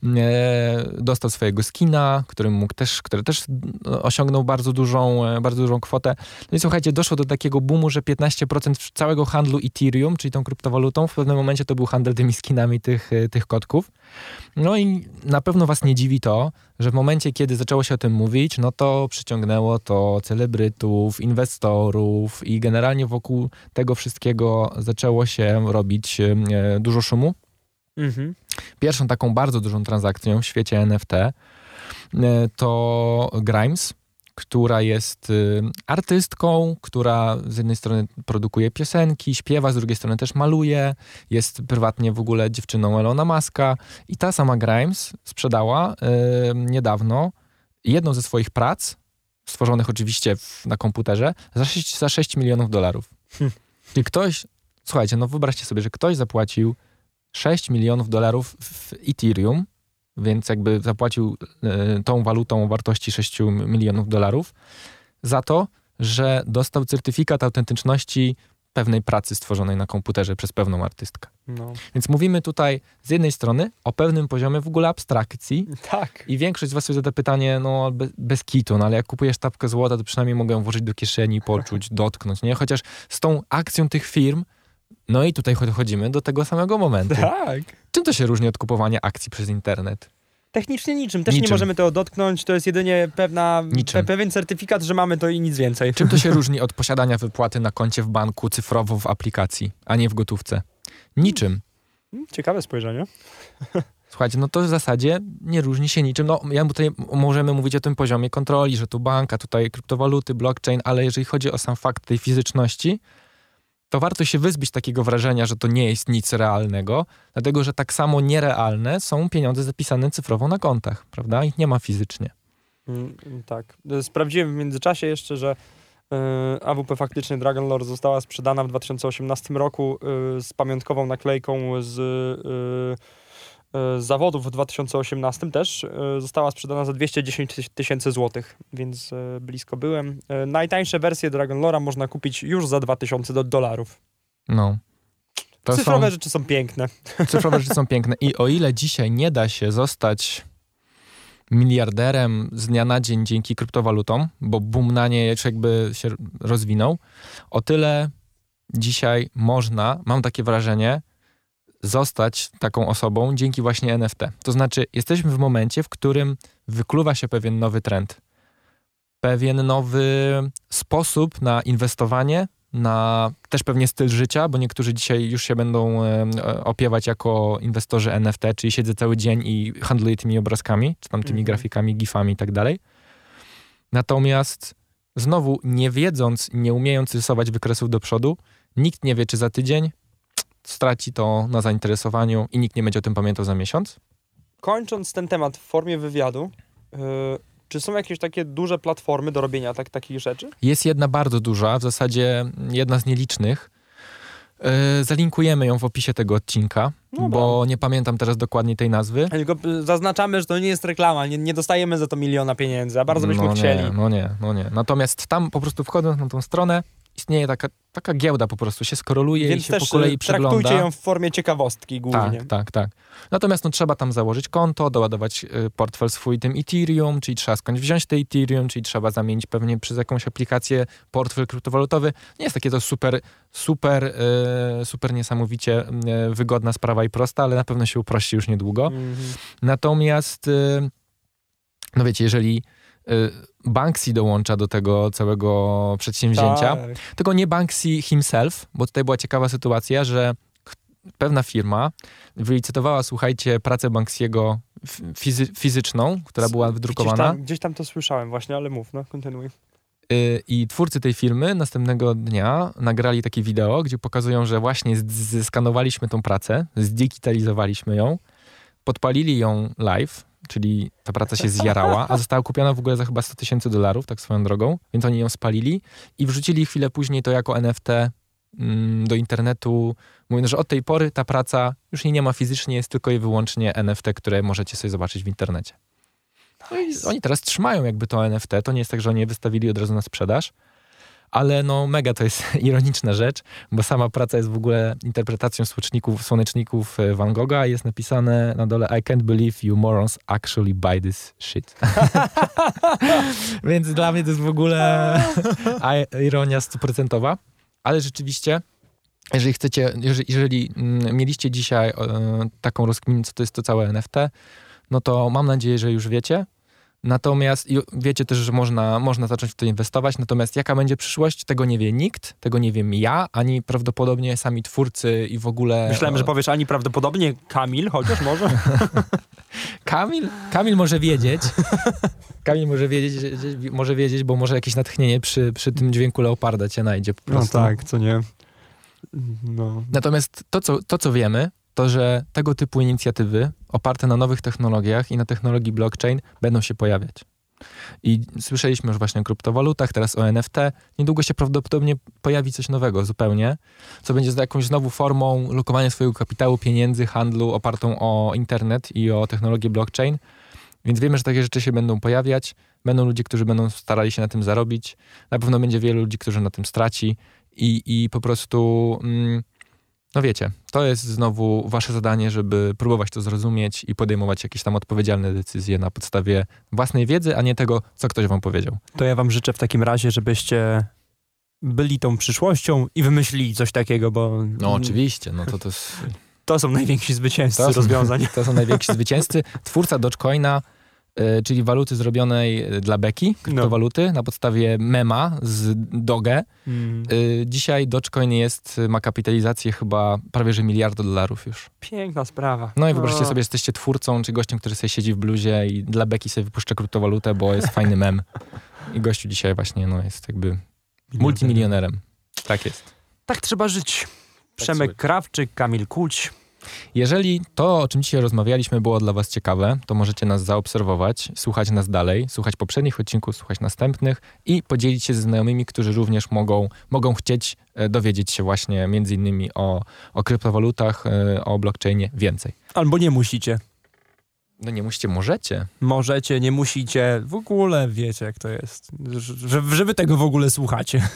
dostał swojego skina, który też osiągnął bardzo dużą kwotę. No i słuchajcie, doszło do takiego boomu, że 15% całego handlu Ethereum, czyli tą kryptowalutą, w pewnym momencie to był handel tymi skinami tych kotków. No i na pewno was nie dziwi to, że w momencie, kiedy zaczęło się o tym mówić, no to przyciągnęło to celebrytów, inwestorów i generalnie wokół tego wszystkiego zaczęło się robić dużo szumu. Pierwszą taką bardzo dużą transakcją w świecie NFT to Grimes, która jest artystką, która z jednej strony produkuje piosenki, śpiewa, z drugiej strony też maluje, jest prywatnie w ogóle dziewczyną Elona Muska i ta sama Grimes sprzedała niedawno jedną ze swoich prac, stworzonych oczywiście na komputerze, za $6 milionów. I ktoś, słuchajcie, no wyobraźcie sobie, że ktoś zapłacił $6 milionów w Ethereum, więc jakby zapłacił tą walutą o wartości $6 milionów za to, że dostał certyfikat autentyczności pewnej pracy stworzonej na komputerze przez pewną artystkę. No. Więc mówimy tutaj z jednej strony o pewnym poziomie w ogóle abstrakcji. Tak. I większość z was sobie zada pytanie, no bez kitu, no ale jak kupujesz tapkę złota, to przynajmniej mogę ją włożyć do kieszeni, poczuć, dotknąć, nie? Chociaż z tą akcją tych firm, no i tutaj dochodzimy do tego samego momentu. Tak. Czym to się różni od kupowania akcji przez internet? Technicznie niczym. Też nie możemy tego dotknąć. To jest jedynie pewien certyfikat, że mamy to i nic więcej. Czym to się różni od posiadania wypłaty na koncie w banku cyfrowo w aplikacji, a nie w gotówce? Niczym. Ciekawe spojrzenie. Słuchajcie, no to w zasadzie nie różni się niczym. No, tutaj możemy mówić o tym poziomie kontroli, że tu bank, a tutaj kryptowaluty, blockchain, ale jeżeli chodzi o sam fakt tej fizyczności, to warto się wyzbyć takiego wrażenia, że to nie jest nic realnego, dlatego że tak samo nierealne są pieniądze zapisane cyfrowo na kontach, prawda? Ich nie ma fizycznie. Tak. Sprawdziłem w międzyczasie jeszcze, że AWP faktycznie Dragon Lore została sprzedana w 2018 roku z pamiątkową naklejką z zawodów w 2018 też. Została sprzedana za 210 000 złotych, więc blisko byłem. Najtańsze wersje Dragon Lore'a można kupić już za $2,000. No. Cyfrowe rzeczy są piękne. Cyfrowe rzeczy są piękne. I o ile dzisiaj nie da się zostać miliarderem z dnia na dzień dzięki kryptowalutom, bo boom na nie jakby się rozwinął, o tyle dzisiaj można, mam takie wrażenie, zostać taką osobą dzięki właśnie NFT. To znaczy, jesteśmy w momencie, w którym wykluwa się pewien nowy trend. pewien nowy sposób na inwestowanie, na też pewnie styl życia, bo niektórzy dzisiaj już się będą opiewać jako inwestorzy NFT, czyli siedzę cały dzień i handluję tymi obrazkami, czy tam tymi grafikami, gifami i tak dalej. Natomiast znowu nie wiedząc, nie umiejąc rysować wykresów do przodu, nikt nie wie, czy za tydzień straci to na zainteresowaniu i nikt nie będzie o tym pamiętał za miesiąc. Kończąc ten temat w formie wywiadu, czy są jakieś takie duże platformy do robienia takich rzeczy? Jest jedna bardzo duża, w zasadzie jedna z nielicznych. Zalinkujemy ją w opisie tego odcinka, bo nie pamiętam teraz dokładnie tej nazwy. Tylko zaznaczamy, że to nie jest reklama, nie dostajemy za to miliona pieniędzy, a bardzo byśmy chcieli. No nie. Natomiast tam po prostu wchodząc na tą stronę, istnieje taka giełda po prostu, się skoroluje. Więc i się po kolei przegląda. Traktujcie ją w formie ciekawostki głównie. Tak. Natomiast trzeba tam założyć konto, doładować portfel swój tym Ethereum, czyli trzeba skądś wziąć te Ethereum, czyli trzeba zamienić pewnie przez jakąś aplikację portfel kryptowalutowy. Nie jest takie to super niesamowicie wygodna sprawa i prosta, ale na pewno się uprości już niedługo. Natomiast no wiecie, jeżeli Banksy dołącza do tego całego przedsięwzięcia. Tylko nie Banksy himself, bo tutaj była ciekawa sytuacja, że pewna firma wylicytowała, słuchajcie, pracę Banksy'ego fizyczną, która była wydrukowana. Gdzieś tam to słyszałem właśnie, ale mów, kontynuuj. I twórcy tej firmy następnego dnia nagrali takie wideo, gdzie pokazują, że właśnie zeskanowaliśmy tą pracę, zdigitalizowaliśmy ją, podpalili ją live, czyli ta praca się zjarała, a została kupiona w ogóle za chyba $100,000, tak swoją drogą, więc oni ją spalili i wrzucili chwilę później to jako NFT do internetu, mówiąc, że od tej pory ta praca już nie ma fizycznie, jest tylko i wyłącznie NFT, które możecie sobie zobaczyć w internecie. No i oni teraz trzymają jakby to NFT, to nie jest tak, że oni je wystawili od razu na sprzedaż, ale mega to jest ironiczna rzecz, bo sama praca jest w ogóle interpretacją słoneczników Van Gogha i jest napisane na dole I can't believe you morons actually buy this shit. Więc dla mnie to jest w ogóle ironia 100%, ale rzeczywiście, jeżeli mieliście dzisiaj taką rozkminę, co to jest to całe NFT, no to mam nadzieję, że już wiecie. Natomiast wiecie też, że można zacząć w to inwestować, natomiast jaka będzie przyszłość, tego nie wie nikt, tego nie wiem ja, ani prawdopodobnie sami twórcy i w ogóle... Myślałem, że powiesz ani prawdopodobnie Kamil, chociaż może. Kamil może wiedzieć. Kamil może wiedzieć, bo może jakieś natchnienie przy tym dźwięku leoparda cię najdzie po prostu. No tak, co nie. Natomiast to, co wiemy, to, że tego typu inicjatywy oparte na nowych technologiach i na technologii blockchain będą się pojawiać. I słyszeliśmy już właśnie o kryptowalutach, teraz o NFT. Niedługo się prawdopodobnie pojawi coś nowego zupełnie, co będzie jakąś znowu formą lokowania swojego kapitału, pieniędzy, handlu opartą o internet i o technologię blockchain. Więc wiemy, że takie rzeczy się będą pojawiać. Będą ludzie, którzy będą starali się na tym zarobić. Na pewno będzie wielu ludzi, którzy na tym straci. I po prostu... No wiecie, to jest znowu wasze zadanie, żeby próbować to zrozumieć i podejmować jakieś tam odpowiedzialne decyzje na podstawie własnej wiedzy, a nie tego, co ktoś wam powiedział. To ja wam życzę w takim razie, żebyście byli tą przyszłością i wymyślili coś takiego, bo... No oczywiście, to jest... To są najwięksi zwycięzcy rozwiązań. To są najwięksi zwycięzcy. Twórca Dogecoina, czyli waluty zrobionej dla beki, kryptowaluty, na podstawie mema z Doge. Dzisiaj Dogecoin ma kapitalizację chyba prawie że $1 miliard już. Piękna sprawa. No i wyobraźcie sobie, że jesteście twórcą, czy gościem, który sobie siedzi w bluzie i dla beki sobie wypuszcza kryptowalutę, bo jest fajny mem. I gościu dzisiaj właśnie jest jakby multimilionerem. Tak jest. Tak trzeba żyć. Przemek Krawczyk, Kamil Kuć. Jeżeli to, o czym dzisiaj rozmawialiśmy, było dla was ciekawe, to możecie nas zaobserwować, słuchać nas dalej, słuchać poprzednich odcinków, słuchać następnych i podzielić się ze znajomymi, którzy również mogą chcieć dowiedzieć się właśnie między innymi o kryptowalutach, o blockchainie więcej. Albo nie musicie. No nie musicie, możecie. Możecie, nie musicie. W ogóle wiecie, jak to jest. Że wy tego w ogóle słuchacie.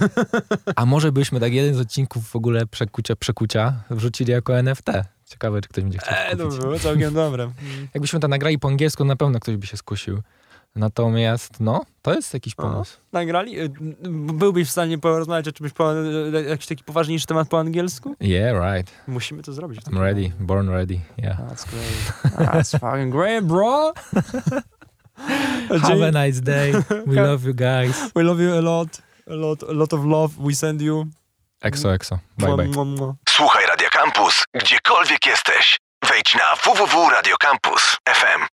A może byśmy tak jeden z odcinków w ogóle przekucia wrzucili jako NFT. Ciekawe, czy ktoś będzie chciał kupić. To było całkiem dobre. Jakbyśmy to nagrali po angielsku, na pewno ktoś by się skusił. Natomiast, to jest jakiś pomysł. Nagrali? Byłbyś w stanie porozmawiać o czymś, jakiś taki poważniejszy temat po angielsku? Yeah, right. Musimy to zrobić. I'm ready, born ready, yeah. That's great. That's fucking great, bro! Have a nice day. We love you guys. We love you a lot of love. We send you. Exo. Bye bye. Słuchaj Radio Campus, gdziekolwiek jesteś. Wejdź na www.radiocampus.fm.